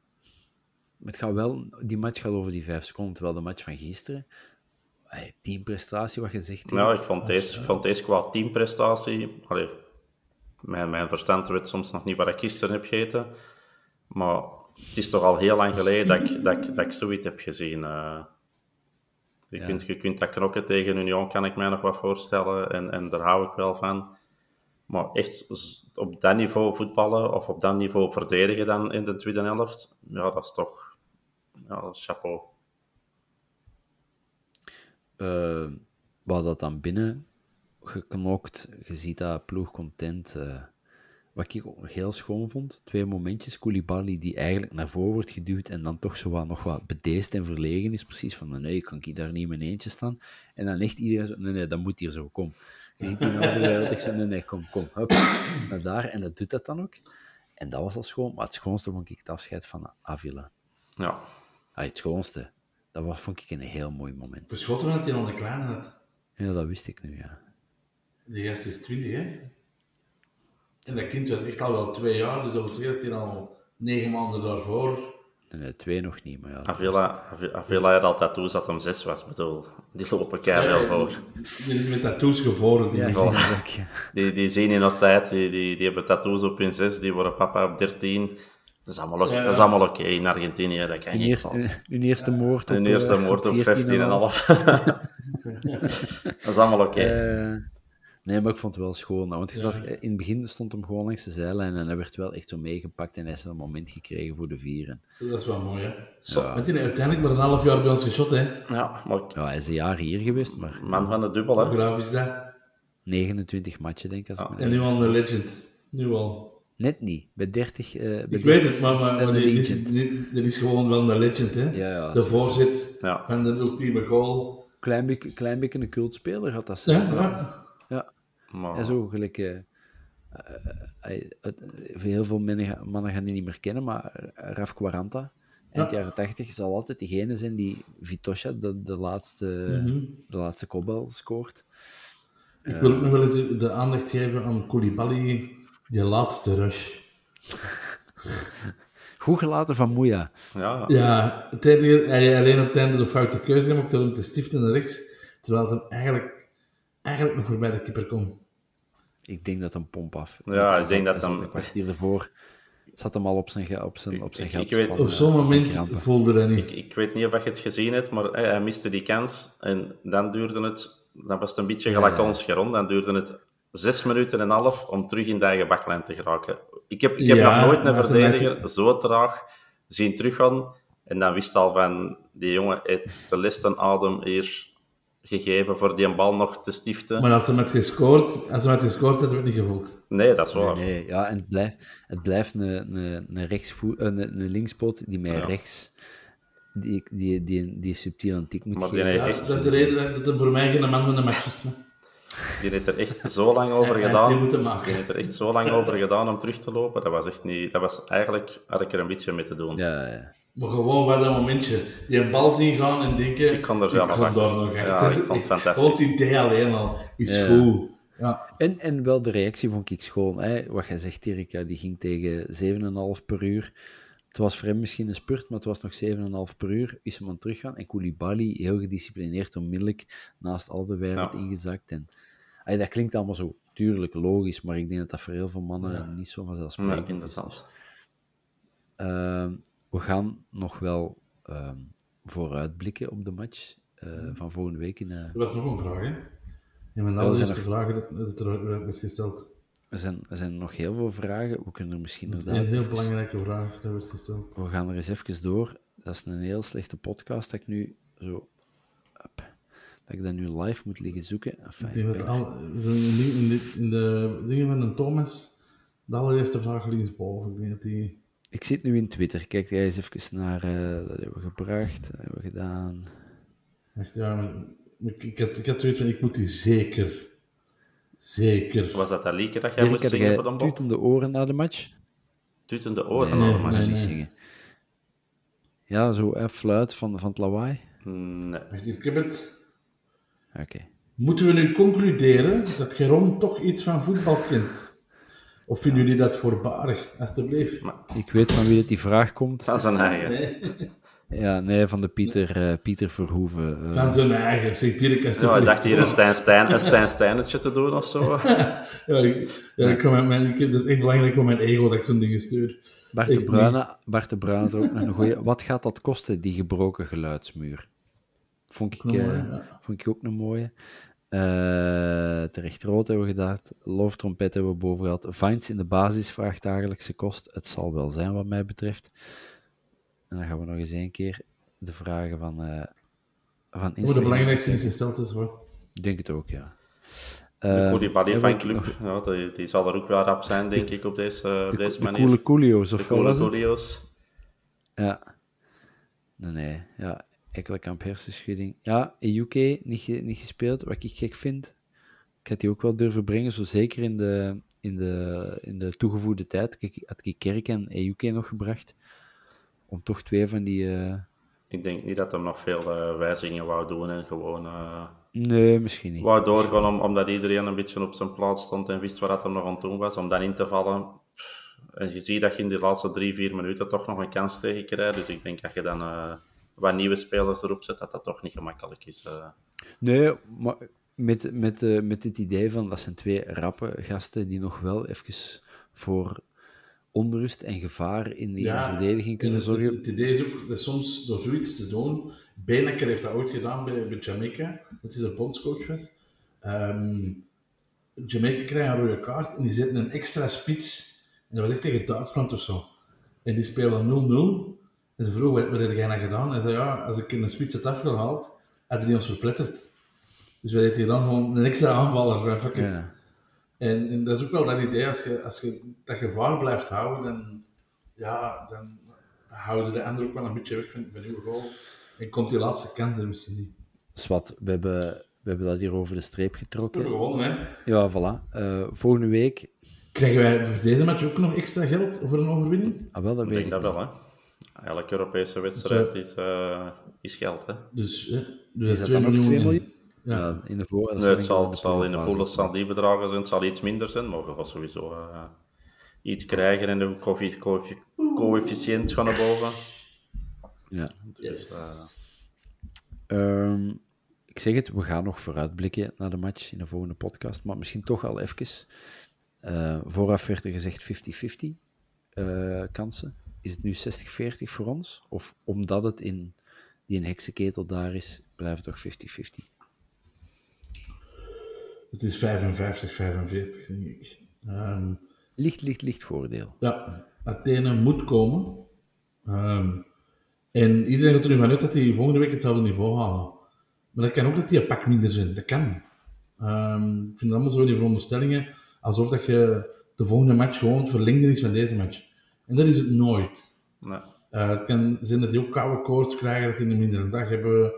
Die match gaat over die 5 seconden, terwijl de match van gisteren... teamprestatie, wat je zegt... Nou, ik vond deze qua teamprestatie... Mijn verstand weet soms nog niet wat ik gisteren heb gegeten. Maar het is toch al heel lang geleden dat ik zoiets heb gezien. Je kunt dat knokken tegen Union, kan ik mij nog wat voorstellen. En daar hou ik wel van. Maar echt op dat niveau voetballen of op dat niveau verdedigen dan in de tweede helft, ja, dat is toch... Ja, dat is chapeau. Wat dat dan binnen geknokt, je ziet dat ploeg content. Wat ik ook nog heel schoon vond, 2 momentjes, Koulibaly die eigenlijk naar voren wordt geduwd en dan toch zo nog wat bedeesd en verlegen is, precies van, nee, kan ik daar niet in mijn eentje staan? En dan echt iedereen zo, nee, dat moet hier zo, kom. Je ziet hier nou de wereld, ik zeg, nee, kom, hup, naar daar, en dat doet dat dan ook. En dat was al schoon, maar het schoonste vond ik het afscheid van Avila. Ja. Het schoonste, vond ik een heel mooi moment. Verschoten we het in al de kleine net. Ja, dat wist ik nu, ja. Die gast is 20, hè? En dat kind was echt al wel 2 jaar, dus dat wil zeggen dat hij al 9 maanden daarvoor... Nee, 2 nog niet, maar ja. Avila had al tattoos dat hem 6 was, bedoel. Die lopen keihard voor. Die is met tattoos geboren. Die zien in nog tijd, die hebben tattoos op hun 6, die worden papa op 13. Dat is allemaal oké in Argentinië, dat kan je niet. Hun eerste moord op 15,5. Hun eerste moord op 15,5. Dat is allemaal oké. Nee, maar ik vond het wel schoon. Want je zag, in het begin stond hem gewoon langs de zijlijn en hij werd wel echt zo meegepakt en hij heeft een moment gekregen voor de 4. Dat is wel mooi, hè? Ja. Met die uiteindelijk maar een half jaar bij ons geschot, hè? Ja, maar... Ja, hij is een jaar hier geweest, maar... Man van de dubbel, hè? Hoe graaf is dat? 29 matchen, denk ik. En nu al een legend. Nu al. Net niet. Bij 30... ik weet het, maar die is gewoon wel een legend, hè? Ja, de voorzet van de ultieme goal. Klein beetje een cultspeler had dat zijn. Ja. Maar... En zo gelijk... heel veel mannen gaan die niet meer kennen, maar Raf Quaranta, eind jaren 80, zal altijd diegene zijn die Vitosha de laatste kopbal scoort. Ik wil ook nog wel eens de aandacht geven aan Koulibaly, die laatste rush. Goed gelaten van Moeja. Ja, hij alleen op het einde de foute keuze gemaakt door hem te stiften naar rechts, terwijl het hem eigenlijk nog voorbij de keeper kon. Ik denk dat een pomp af. Ja, ik denk dat hem... Een kwartier ervoor zat hem al op zijn gat. Op zo'n moment voelde hij niet. Ik weet niet of je het gezien hebt, maar hij miste die kans en dan duurde het... Dan was het een beetje gelijk ons gerond. Dan duurde het 6 minuten en een half om terug in de eigen baklijn te geraken. Ik heb nog nooit een verdediger zo traag zien teruggaan. En dan wist al van, die jongen heeft de laatste adem hier gegeven voor die bal nog te stiften. Maar als hij met gescoord hadden we het niet gevoeld. Nee, dat is waar. Nee, ja, en het blijft een linkspoot die mij rechts... Die subtiel een tik moet geven. Dat is de reden dat hij voor mij geen man met een match is. Die heeft er echt zo lang over gedaan. Die heeft er echt zo lang over gedaan om terug te lopen. Dat was echt niet... Dat was eigenlijk... Had ik er een beetje mee te doen. Ja. Maar gewoon bij dat momentje. Die een bal zien gaan en denken... Ik kon er zelf nog achter. Ja, ik vond het fantastisch. Het idee alleen al is goed. Ja. En wel de reactie vond ik schoon. Hè? Wat jij zegt, Erik, die ging tegen 7,5 per uur. Het was voor hem misschien een spurt, maar het was nog 7,5 per uur. Is hem aan het teruggaan. En Koulibaly, heel gedisciplineerd, onmiddellijk naast Alderweireld ingezakt. En, dat klinkt allemaal zo tuurlijk logisch, maar ik denk dat dat voor heel veel mannen niet zo vanzelfsprekend is. Interessant. We gaan nog wel vooruitblikken op de match van volgende week. Er was nog een vraag, hè? Ja, mijn allereerste vraag dat er werd gesteld. Er zijn nog heel veel vragen. We kunnen er misschien... Dat is een heel belangrijke vraag dat werd gesteld. We gaan er eens even door. Dat is een heel slechte podcast dat ik nu zo... Dat ik dat nu live moet liggen zoeken. Enfin, ik denk dat in de dingen van een Thomas de allereerste vraag linksboven. Ik denk dat die... Ik zit nu in Twitter. Kijk jij eens even naar... dat hebben we gebracht. Dat hebben we gedaan. Echt, ja, maar ik had zoiets van, ik moet die zeker... Was dat liedje dat jij moest zingen voor de bal? Tutende oren na de match? Tutende oren na de match? Niet zingen. Ja, zo fluit van het lawaai. Nee. Ik heb het... Oké. Moeten we nu concluderen dat Geron toch iets van voetbal kent? Of vinden jullie dat voorbarig? Alsjeblieft. Ik weet van wie dat die vraag komt. Van zijn eigen. Nee. Ja, nee, van de Pieter Verhoeven. Van zijn eigen, zeg Dirk alsjeblieft. Ja, ik dacht hier een Stijn Steinertje te doen of zo. Het is echt belangrijk voor mijn ego dat ik zo'n dingen stuur. Bart de Bruyne is ook nog een goeie. Wat gaat dat kosten, die gebroken geluidsmuur? Vond ik, Ook een mooie, ja. vond ik ook een mooie. Terecht rood hebben we gedaan. Love trompet hebben we boven gehad. Vines in de basis vraagt dagelijkse kost. Het zal wel zijn wat mij betreft. En dan gaan we nog eens één keer de vragen van Hoe de Instagram. belangrijkste die gesteld is, hoor. Ik denk het ook, ja. De Koulibaly hebben we fanclub, ja, die zal er ook wel rap zijn, denk ik, op deze de manier. coole Coolio's, of De wat coole was het? Coolio's. Ja. Nee. Ja, Ekkelenkamp hersenschudding. Ja, in UK niet gespeeld, wat ik gek vind. Ik had die ook wel durven brengen, zo zeker in de toegevoegde tijd. Had ik Kerk en EUK nog gebracht. Om toch 2 van die... Ik denk niet dat hem nog veel wijzigingen wou doen en gewoon Nee, misschien niet. wou doorgaan omdat iedereen een beetje op zijn plaats stond en wist wat hij nog aan het doen was, om dan in te vallen. En je ziet dat je in de laatste 3-4 minuten toch nog een kans tegen krijgt. Dus ik denk dat je dan wat nieuwe spelers erop zet, dat toch niet gemakkelijk is. Nee, maar met het idee van dat zijn 2 rappe gasten die nog wel even voor onrust en gevaar in de verdediging kunnen en zorgen. Het idee is ook dat soms door zoiets te doen. Beneker heeft dat ooit gedaan bij Jamaica, dat hij de bondscoach was. Jamaica krijgt een rode kaart en die zetten een extra spits. En dat was echt tegen Duitsland of zo. En die spelen 0-0. En ze vroeg, wat heb jij nou gedaan? En hij zei, ja, als ik een spits had afgehaald, had hij ons verpletterd. Dus wij deden dan gewoon een extra aanvaller. Fuck it. Ja. En dat is ook wel dat idee, als je dat gevaar blijft houden, dan houden de anderen ook wel een beetje weg van uw goal. En komt die laatste kans er misschien niet. Zwat, we hebben dat hier over de streep We getrokken. hebben gewonnen, hè. Ja, voilà. Volgende week... Krijgen wij voor deze match ook nog extra geld voor een overwinning? Ah, wel, dat Ik weet denk ik dat niet. wel, hè. Elke Europese wedstrijd is geld, hè. Dus Is dat dan ook 2 miljoen? Ja. Ja, in de voor... Nee, het zal in de poolers zal die bedragen zijn. Het zal iets minder zijn, maar we gaan sowieso iets krijgen en de coëfficiënt gaan naar boven. Ja. Dus, Ik zeg het, we gaan nog vooruitblikken naar de match in de volgende podcast, maar misschien toch al even. Vooraf werd er gezegd 50-50 kansen. Is het nu 60-40 voor ons? Of omdat het in die een heksenketel daar is, blijft het toch 50-50? Het is 55-45, denk ik. Licht voordeel. Ja, Athene moet komen. En iedereen gaat er nu vanuit dat hij volgende week hetzelfde niveau halen. Maar dat kan ook dat die een pak minder zijn. Dat kan. Ik vind allemaal zo die veronderstellingen alsof dat je de volgende match gewoon het verlengde is van deze match. En dat is het nooit. nee. Het kan zijn dat die ook koude koorts krijgen, dat die een mindere dag hebben.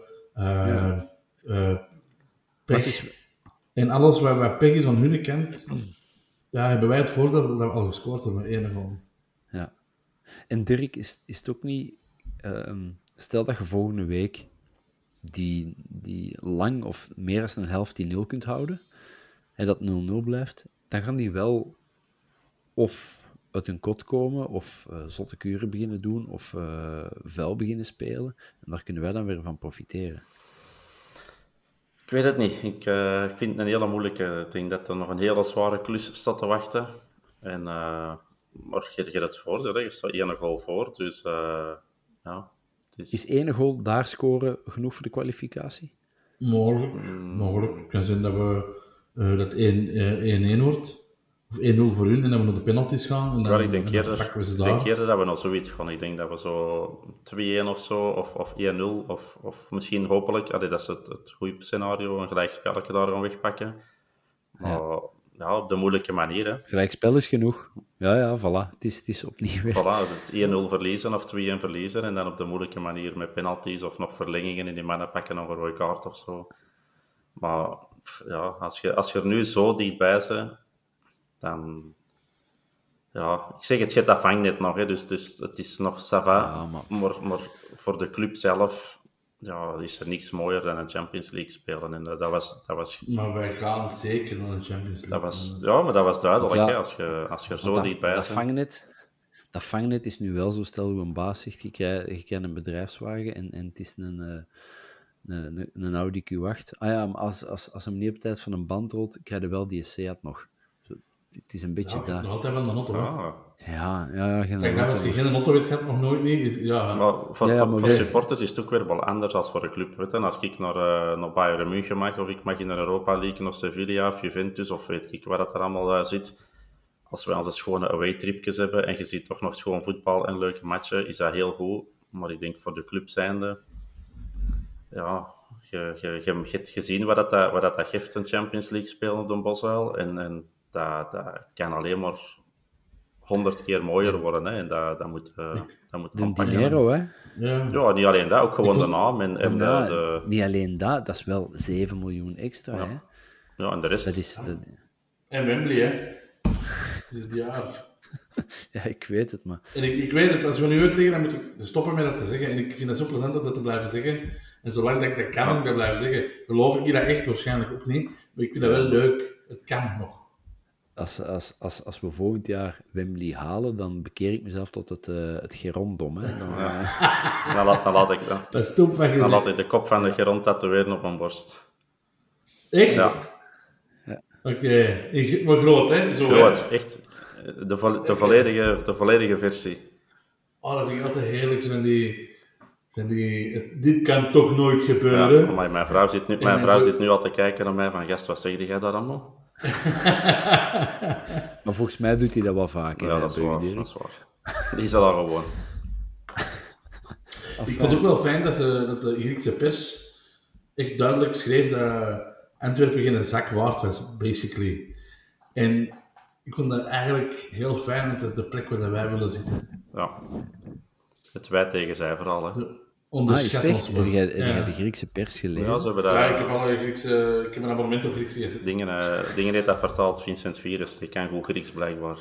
Pech. En alles wat pech is aan hun kant, hebben wij het voordeel dat we al gescoord hebben met 1 goal. Ja. En Dirk, is het ook niet... stel dat je volgende week die lang of meer dan een helft die 0 kunt houden, en dat 0-0 blijft, dan gaan die wel of uit hun kot komen, of zotte kuren beginnen doen, of vuil beginnen spelen. En daar kunnen wij dan weer van profiteren. Ik weet het niet. Ik vind het een hele moeilijke. Ik denk dat er nog een hele zware klus staat te wachten. En, maar je hebt het voordeel, hè. Je staat 1 goal voor. Dus ja. Is 1 goal daar scoren genoeg voor de kwalificatie? Mogelijk. Het kan zijn dat we dat 1-1 wordt. Of 1-0 voor hun en dat we naar de penalties gaan. En dan, ik denk pakken we ze ik daar. denk eerder dat we nog zoiets gaan. Ik denk dat we zo 2-1 of zo, of 1-0, of misschien hopelijk, dat is het goede scenario, een gelijkspelletje daar gaan wegpakken. Maar ja, op de moeilijke manier. Hè. Gelijkspel is genoeg. Ja, voilà. Het is opnieuw weer. Voilà, het 1-0 verliezen of 2-1 verliezen en dan op de moeilijke manier met penalties of nog verlengingen in die mannen pakken nog een rode kaart of zo. Maar ja, als je er nu zo dichtbij bent, dan... Ja, ik zeg het, je hebt dat vangnet nog, hè, dus het is nog ça va. Ja, maar voor de club zelf is er niks mooier dan een Champions League spelen. En dat was Maar wij gaan zeker naar de Champions League. maar dat was duidelijk, Ja, hè, als je er zo dichtbij bent. Dat vangnet is nu wel zo, stel je een baas zegt, je krijgt een bedrijfswagen en het is een Audi Q8. Ah ja, maar als hem niet op tijd van een band rolt, krijg je wel die Seat nog. Zo, Het is een beetje Ja, dat. nog altijd wel een auto. Hè. Ah. Ja, geen Kijk, als je geen auto weet, gaat nog nooit niet. Ja. Maar voor maar supporters is het ook weer wel anders dan voor een club. Weet je? Als ik naar Bayern München mag, of ik mag in de Europa League of Sevilla of Juventus, of weet ik waar dat er allemaal zit. Als we onze schone away-tripjes hebben en je ziet toch nog schoon voetbal en leuke matchen, is dat heel goed. Maar ik denk voor de club zijnde, ja, je hebt gezien wat dat geeft, een Champions League spelen op de Bosuil. En dat kan alleen maar 100 keer mooier worden. Hè. En dat moet De gaan pakken. dinero, hè. Ja. Ja, niet alleen dat, ook gewoon de naam. En Ja, niet alleen dat is wel 7 miljoen extra, hè. ja, en de rest. Dat is... En Wembley, hè. Het is het jaar. Ja, ik weet het, maar... En ik weet het, als we nu uitleggen, dan moet ik stoppen met dat te zeggen. En ik vind dat zo plezant om dat te blijven zeggen. En zolang dat ik dat kan, moet ik dat blijven zeggen. Geloof ik je dat echt? Waarschijnlijk ook niet. Maar ik vind dat wel leuk. Het kan nog. Als we volgend jaar Wembley halen, dan bekeer ik mezelf tot het gerondom, hè. Dan laat Dat is stom van dan laat gezegd. ik de kop van de grond tatoeëren op mijn borst. Echt? Ja, Oké. Maar groot, hè? Zo, groot. hè? Echt. De volledige versie. Oh, dat vind ik altijd heerlijk. Zo van die dit kan toch nooit gebeuren. Ja, maar mijn vrouw zit nu al te kijken naar mij van, gast, wat zeg jij daar allemaal? Maar volgens mij doet hij dat wel vaker. Ja, hè, dat is waar. Dirk? Dat is waar. Die is al gewoon. Ik vond het ook wel fijn dat de Griekse pers echt duidelijk schreef dat Antwerpen geen zak waard was, basically. En ik vond dat eigenlijk heel fijn, want dat is de plek waar wij willen zitten. Ja. Het wij tegen zij vooral, hè. Is Onderschat het ons echt? wel. Heb jij Ja. de Griekse pers gelezen? Ja, ze hebben Ja, daar... ik heb een abonnement op Griekse gezet. Dingen heeft dat vertaald, Vincent Virus. Die kan goed Grieks, blijkbaar.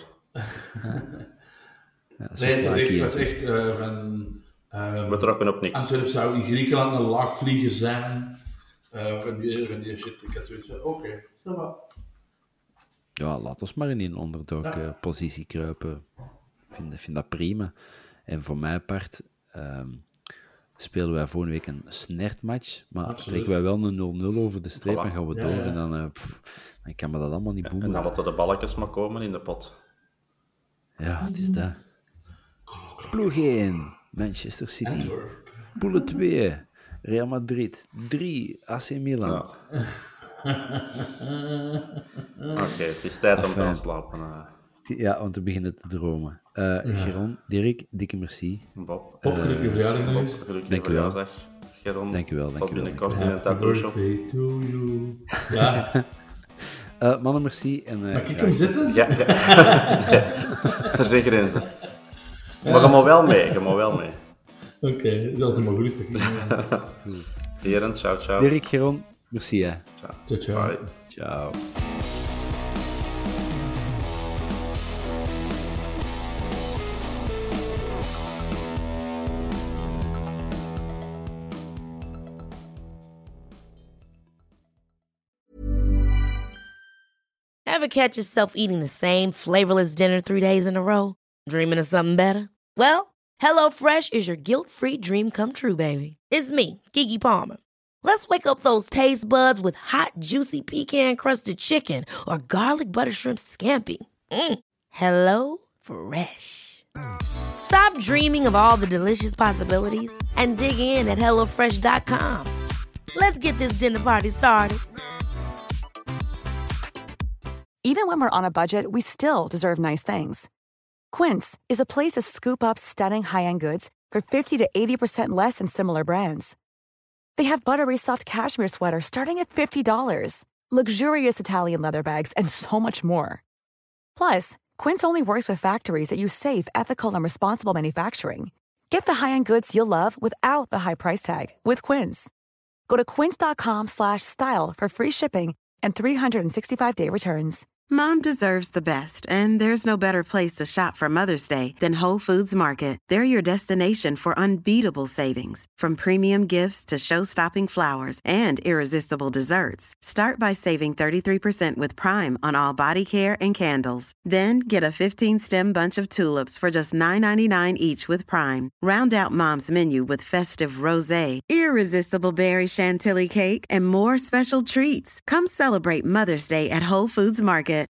Ja, Nee, het was Souvlaki, echt van... We trokken op niks. Antwerpen zou in Griekenland een laagvlieger zijn. Van die shit. Ik had zoiets van, oké, ça va. Ja, laat ons maar in een underdog-positie kruipen. Ik vind dat prima. En voor mijn part spelen wij volgende week een snertmatch. Maar Absoluut. trekken wij wel een 0-0 over de streep Voilà. en gaan we Ja, door. ja. En dan kan me dat allemaal niet En boemen. dan laten de balkjes maar komen in de pot. Ja, het is dat. Ploeg 1, Manchester City. Poelen 2, Real Madrid. 3, AC Milan. Ja. Oké, het is tijd om te Enfin. gaan slapen. Ja, want we beginnen te dromen. Geron, Dirk, dikke merci. Bob. Op gelukkige verjaardag nog Bob, eens. gelukkige Dank u wel. verjaardag. Geron. Dank u wel, dank Tot u wel, binnenkort dank in een tattoo shop. Birthday to you. Ja, Mannen, merci. En, mag ik hem zetten? Ja. Er zijn grenzen. Maar je mag wel mee. Oké, zelfs een maar rustig. Heren, ciao, ciao. Dirk, Geron, merci hè. Ciao, ciao. Bye. Ciao. Ever catch yourself eating the same flavorless dinner 3 days in a row? Dreaming of something better? Well, HelloFresh is your guilt-free dream come true, baby. It's me, Keke Palmer. Let's wake up those taste buds with hot, juicy pecan-crusted chicken or garlic butter shrimp scampi. Hello Fresh. Stop dreaming of all the delicious possibilities and dig in at HelloFresh.com. Let's get this dinner party started. Even when we're on a budget, we still deserve nice things. Quince is a place to scoop up stunning high-end goods for 50 to 80% less than similar brands. They have buttery soft cashmere sweaters starting at $50, luxurious Italian leather bags, and so much more. Plus, Quince only works with factories that use safe, ethical, and responsible manufacturing. Get the high-end goods you'll love without the high price tag with Quince. Go to quince.com/style for free shipping and 365-day returns. Mom deserves the best, and there's no better place to shop for Mother's Day than Whole Foods Market. They're your destination for unbeatable savings, from premium gifts to show-stopping flowers and irresistible desserts. Start by saving 33% with Prime on all body care and candles. Then get a 15-stem bunch of tulips for just $9.99 each with Prime. Round out Mom's menu with festive rosé, irresistible berry chantilly cake, and more special treats. Come celebrate Mother's Day at Whole Foods Market.